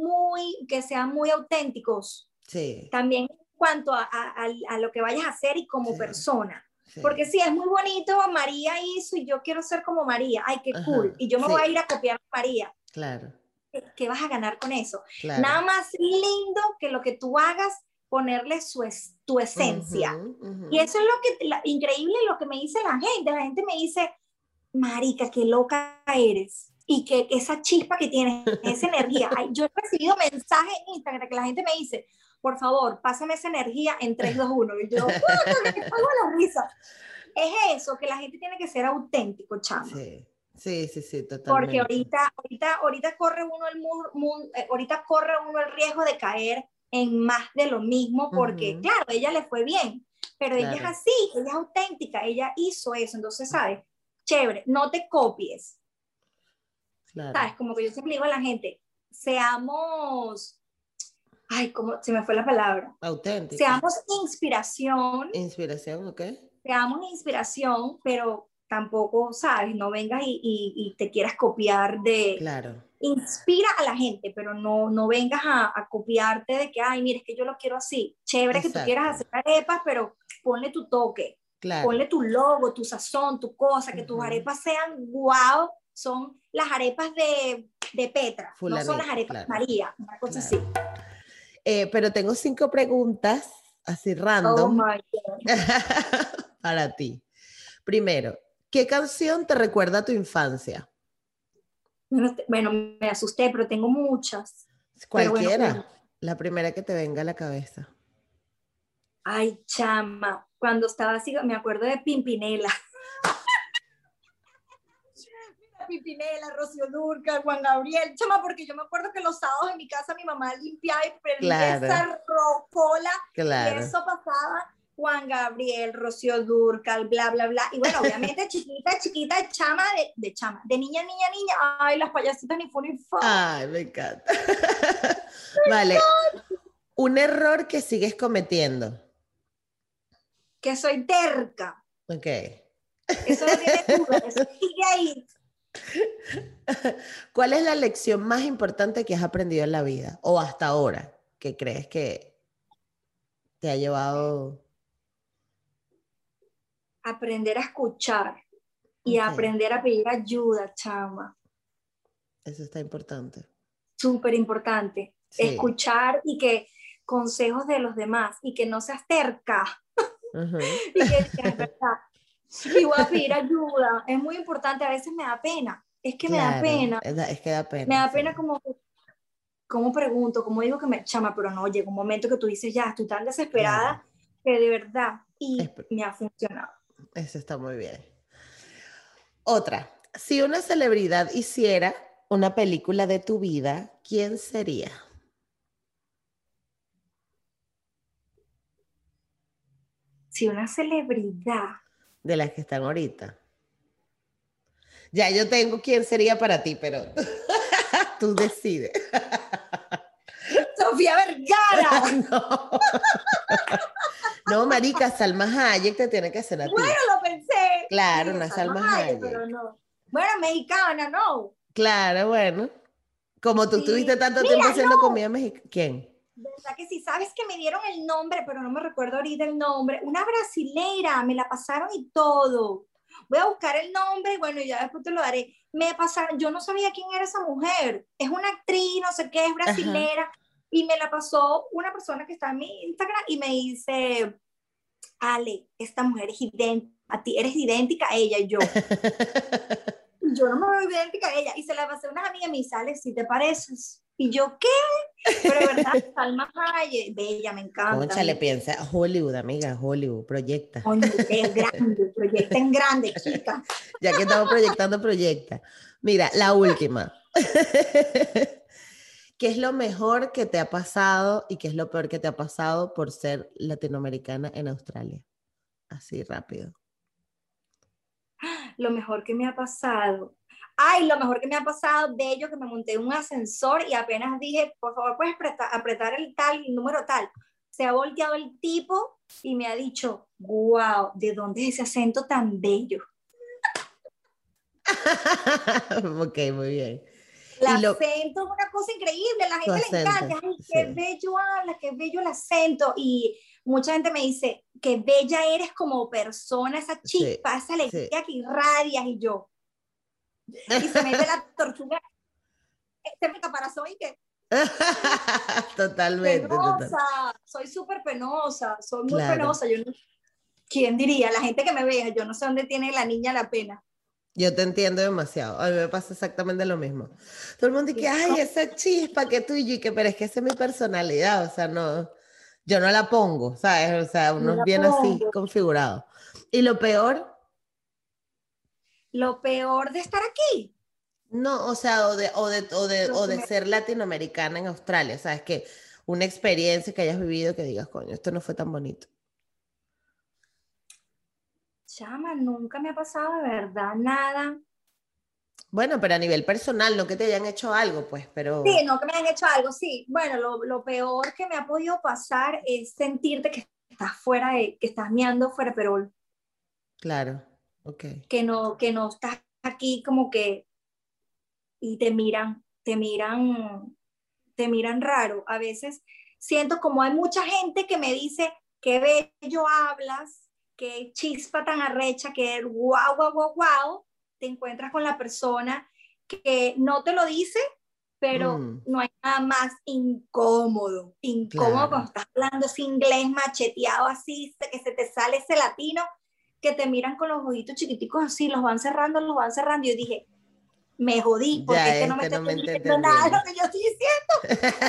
que sean muy auténticos Sí, también en cuanto a lo que vayas a hacer y como sí, persona. sí. Porque sí, es muy bonito, María hizo y yo quiero ser como María. Ay, qué cool. Ajá, Y yo me voy a sí, ir a copiar a María. claro, ¿Qué vas a ganar con eso? claro. Nada más lindo que lo que tú hagas, ponerle tu Ujú, esencia. ujú. Y eso es increíble lo que me dice la gente. La gente me dice, marica, qué loca eres. Y que esa chispa que tienes, esa energía. Ay, yo he recibido mensajes en Instagram que la gente me dice, por favor, pásame esa energía en 3, 2, 1. Y yo, ¡puta, me cago en la risa! Es eso, que la gente tiene que ser auténtico, chama. Sí, sí, sí, sí, Porque totalmente. ahorita ahorita corre uno el riesgo de caer en más de lo mismo, porque Ujú, claro, ella le fue bien, pero ella es claro, así, ella es auténtica, ella hizo eso, entonces, ¿sabes? Chévere, no te copies, claro. ¿sabes? Como que yo siempre digo a la gente, seamos, ay, ¿cómo se me fue la palabra? Auténtico. Seamos inspiración, Inspiración, ¿ok? pero tampoco, ¿sabes? No vengas y te quieras copiar Claro, inspira a la gente, pero no vengas a copiarte de que, ay, mire, es que yo lo quiero así. Chévere que tú exacto, quieras hacer arepas, pero ponle tu toque, claro. ponle tu logo, tu sazón, tu cosa, que tus Ujú. arepas sean wow, son las arepas de Petra, no son las Fulanito, arepas de claro, María, una cosa claro. así. Pero tengo 5 preguntas, así Oh random, my God. para ti. Primero, ¿qué canción te recuerda a tu infancia? Bueno, me asusté, pero tengo muchas. Pero bueno, Cualquiera, la primera que te venga a la cabeza. ay, chama, cuando estaba así, me acuerdo de Pimpinela. Pipinela, Rocío Dúrcal, Juan Gabriel, chama, porque yo me acuerdo que los sábados en mi casa mi mamá limpiaba y prendía Claro, esa rocola y claro. eso pasaba Juan Gabriel, Rocío Dúrcal, bla, bla, bla. Y bueno, obviamente chiquita, chiquita, chama, de niña, niña, niña, ay, las payasitas ni fu ni fa. Ay, me encanta. Vale, un error que sigues cometiendo. Que soy terca, Ok. eso no tiene duda, eso sigue ahí. ¿Cuál es la lección más importante que has aprendido en la vida o hasta ahora que crees que te ha llevado? Aprender a escuchar y Ok, aprender a pedir ayuda, chama. eso está importante. Súper importante. Sí. escuchar y que consejos de los demás y que no seas terca Ujú. y que en verdad, y voy a pedir ayuda. Es muy importante, a veces me da pena, es que me da Claro, pena, es que da me pena, da sí. pena como pregunto, como digo que me chama, pero no, llega un momento que tú dices, ya, estoy tan Claro, desesperada que de verdad, y es- me ha funcionado. eso está muy bien. Otra, si una celebridad hiciera una película de tu vida, ¿quién sería? Si una celebridad, De las que están ahorita. Ya yo tengo quién sería para ti, pero tú decides. Sofía Vergara. No. No, marica, Salma Hayek te tiene que hacer a Bueno, ti. lo pensé. Yo Claro, dije, una Salma Salma Hayek, pero Hayek. no. Bueno, mexicana, no. Claro, bueno. Como tú estuviste Sí. tanto tiempo Mira, haciendo no. comida mexicana. ¿Quién? ¿Verdad que sí? ¿Sabes que me dieron el nombre, pero no me recuerdo ahorita el nombre? Una brasileira, me la pasaron y todo. Voy a buscar el nombre y bueno, ya después te lo daré. Me pasaron, yo no sabía quién era esa mujer. Es una actriz, no sé qué, es Ajá. brasilera. Y me la pasó una persona que está en mi Instagram y me dice, Ale, esta mujer es idéntica a ti, eres idéntica a ella y yo no me veo idéntica a ella. Y se la pasé a unas amigas y me dice, Ale, si te pareces. Y yo, ¿qué? Pero de verdad, Salma Hayek, bella, me encanta. Cónchale, piensa, Hollywood, amiga, Hollywood, proyecta. Coño, es grande, proyecta en grande, chica. Ya que estamos proyectando, proyecta. Mira, la última. ¿Qué es lo mejor que te ha pasado y qué es lo peor que te ha pasado por ser latinoamericana en Australia? Así rápido. Lo mejor que me ha pasado. Ay, lo mejor que me ha pasado, bello, que me monté en un ascensor y apenas dije, por favor, puedes apretar el tal, el número tal. Se ha volteado el tipo y me ha dicho, wow, ¿de dónde es ese acento tan bello? Ok, muy bien. El Y lo, acento es una cosa increíble, a la tu gente le acento, encanta, ay, qué sí. bello hablas, qué bello el acento. Y mucha gente me dice, qué bella eres como persona, esa Sí, chispa, esa sí. alegría que irradias. Y yo, y se mete la tortuga, este mi caparazón y que Totalmente, total. penosa, soy súper penosa, soy muy Claro. penosa. Yo no, ¿quién diría? La gente que me vea, yo no sé dónde tiene la niña la pena. Yo te entiendo demasiado. A mí me pasa exactamente lo mismo. Todo el mundo dice, ay, esa chispa que tú y que, pero es que esa es mi personalidad. O sea, no, yo no la pongo, ¿sabes? O sea, No uno es la bien así pongo. configurado. Y lo peor, Lo peor de estar aquí, no, o sea, lo o que de me ser latinoamericana en Australia. ¿Sabes? Que una experiencia que hayas vivido que digas, coño, esto no fue tan bonito. llama, nunca me ha pasado de verdad nada. Bueno, pero a nivel personal, no que te hayan hecho algo, pues, Sí, pero no que me han hecho algo, sí. Bueno, lo peor que me ha podido pasar es sentirte que estás fuera de, que estás meando fuera, pero claro, ok. que no estás aquí como que y te miran raro. A veces siento como hay mucha gente que me dice, qué bello hablas, qué chispa tan arrecha, que guau, guau, guau, guau, te encuentras con la persona que no te lo dice, pero Mm, no hay nada más incómodo, incómodo claro. cuando estás hablando ese inglés macheteado así, que se te sale ese latino, que te miran con los ojitos chiquiticos así, los van cerrando, y yo dije, me jodí, porque Ya este no me este está no me está entendiendo nada de entendiendo. lo que yo estoy diciendo.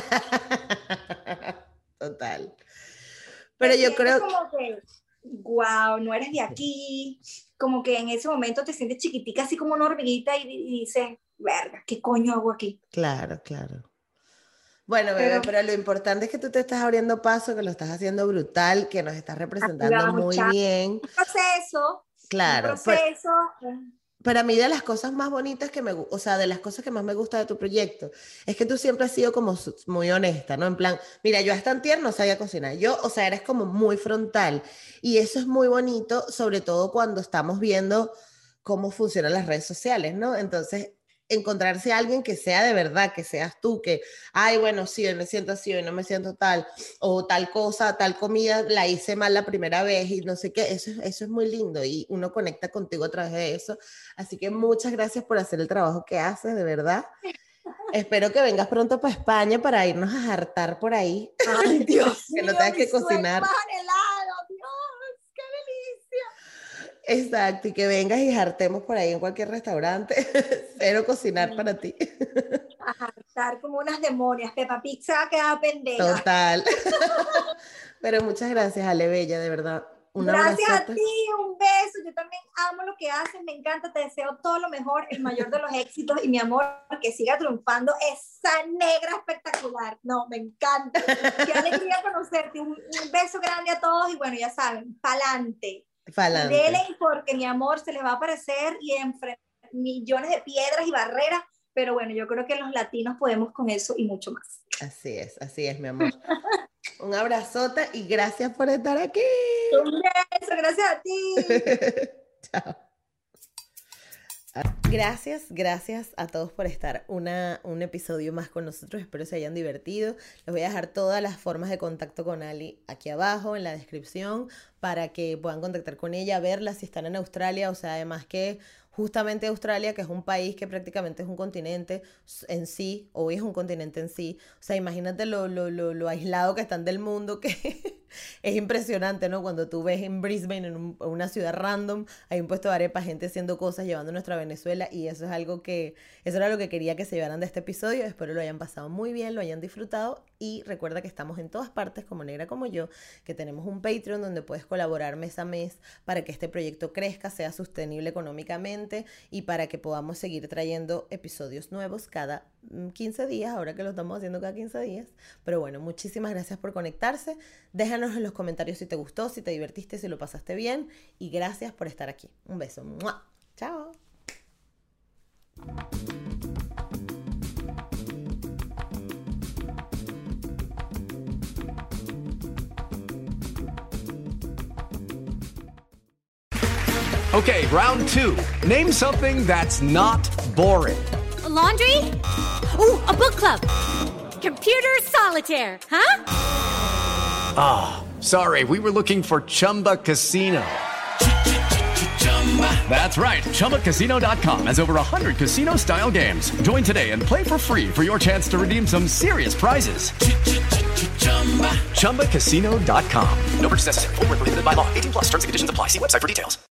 Total. Pero Te yo sientes creo que como que, wow, no eres de sí, aquí, como que en ese momento te sientes chiquitica, así como una hormiguita, y dices, verga, ¿qué coño hago aquí? claro, claro. Bueno, bebé, Pero pero lo importante es que tú te estás abriendo paso, que lo estás haciendo brutal, que nos estás así representando vamos, muy chao. bien. proceso, un Claro, proceso. pero a mí de las cosas más bonitas que o sea, de las cosas que más me gusta de tu proyecto, es que tú siempre has sido como muy honesta, ¿no? En plan, mira, yo hasta antier no sabía cocinar. Yo, o sea, eres como muy frontal. Y eso es muy bonito, sobre todo cuando estamos viendo cómo funcionan las redes sociales, ¿no? Entonces, encontrarse a alguien que sea de verdad, que seas tú, que, ay, bueno, sí, hoy me siento así, hoy no me siento tal, o tal cosa, tal comida, la hice mal la primera vez y no sé qué, eso es muy lindo y uno conecta contigo a través de eso. Así que muchas gracias por hacer el trabajo que haces, de verdad. Espero que vengas pronto para España para irnos a jartar por ahí. Ay, Dios Que no mío, tengas que mi sueño cocinar. más anhelado, Dios, qué delicia. Exacto, y que vengas y jartemos por ahí en cualquier restaurante. Cero cocinar para ti. A jartar como unas demonias. Peppa Pig se va a quedar pendeja. Total. Pero muchas gracias, Ale Bella, de verdad. Un Gracias abrazote. a ti, un beso. Yo también amo lo que haces, me encanta, te deseo todo lo mejor, el mayor de los éxitos y mi amor, que siga triunfando esa negra espectacular. No, me encanta. Qué alegría conocerte. Un beso grande a todos y bueno, ya saben, pa'lante. Pa'lante. Dele porque mi amor se les va a aparecer y enfrentar millones de piedras y barreras, pero bueno, yo creo que los latinos podemos con eso y mucho más. Así es, mi amor. Un abrazote y gracias por estar aquí. Un beso, gracias a ti. Chao. Gracias a todos por estar un episodio más con nosotros. Espero se hayan divertido. Les voy a dejar todas las formas de contacto con Ali aquí abajo en la descripción para que puedan contactar con ella, verla si están en Australia. O sea, además que justamente Australia, que es un país que prácticamente es un continente en sí, hoy es un continente en sí. O sea, imagínate lo aislado que están del mundo, que es impresionante, ¿no? Cuando tú ves en Brisbane, en una ciudad random, hay un puesto de arepa, gente haciendo cosas, llevando nuestra Venezuela, y eso es algo que, eso era lo que quería que se llevaran de este episodio. Espero lo hayan pasado muy bien, lo hayan disfrutado, y recuerda que estamos en todas partes, como Negra como yo, que tenemos un Patreon donde puedes colaborar mes a mes para que este proyecto crezca, sea sostenible económicamente, y para que podamos seguir trayendo episodios nuevos cada 15 días, ahora que lo estamos haciendo cada 15 días. Pero bueno, muchísimas gracias por conectarse. Déjanos en los comentarios si te gustó, si te divertiste, si lo pasaste bien, y gracias por estar aquí. Un beso. ¡Mua! Chao. Okay, round two. Name something that's not boring. A laundry? Ooh, a book club. Computer solitaire, huh? Ah, sorry, we were looking for Chumba Casino. That's right, ChumbaCasino.com has over 100 casino-style games. Join today and play for free for your chance to redeem some serious prizes. ChumbaCasino.com. No purchase necessary. Void where prohibited by law. 18+ terms and conditions apply. See website for details.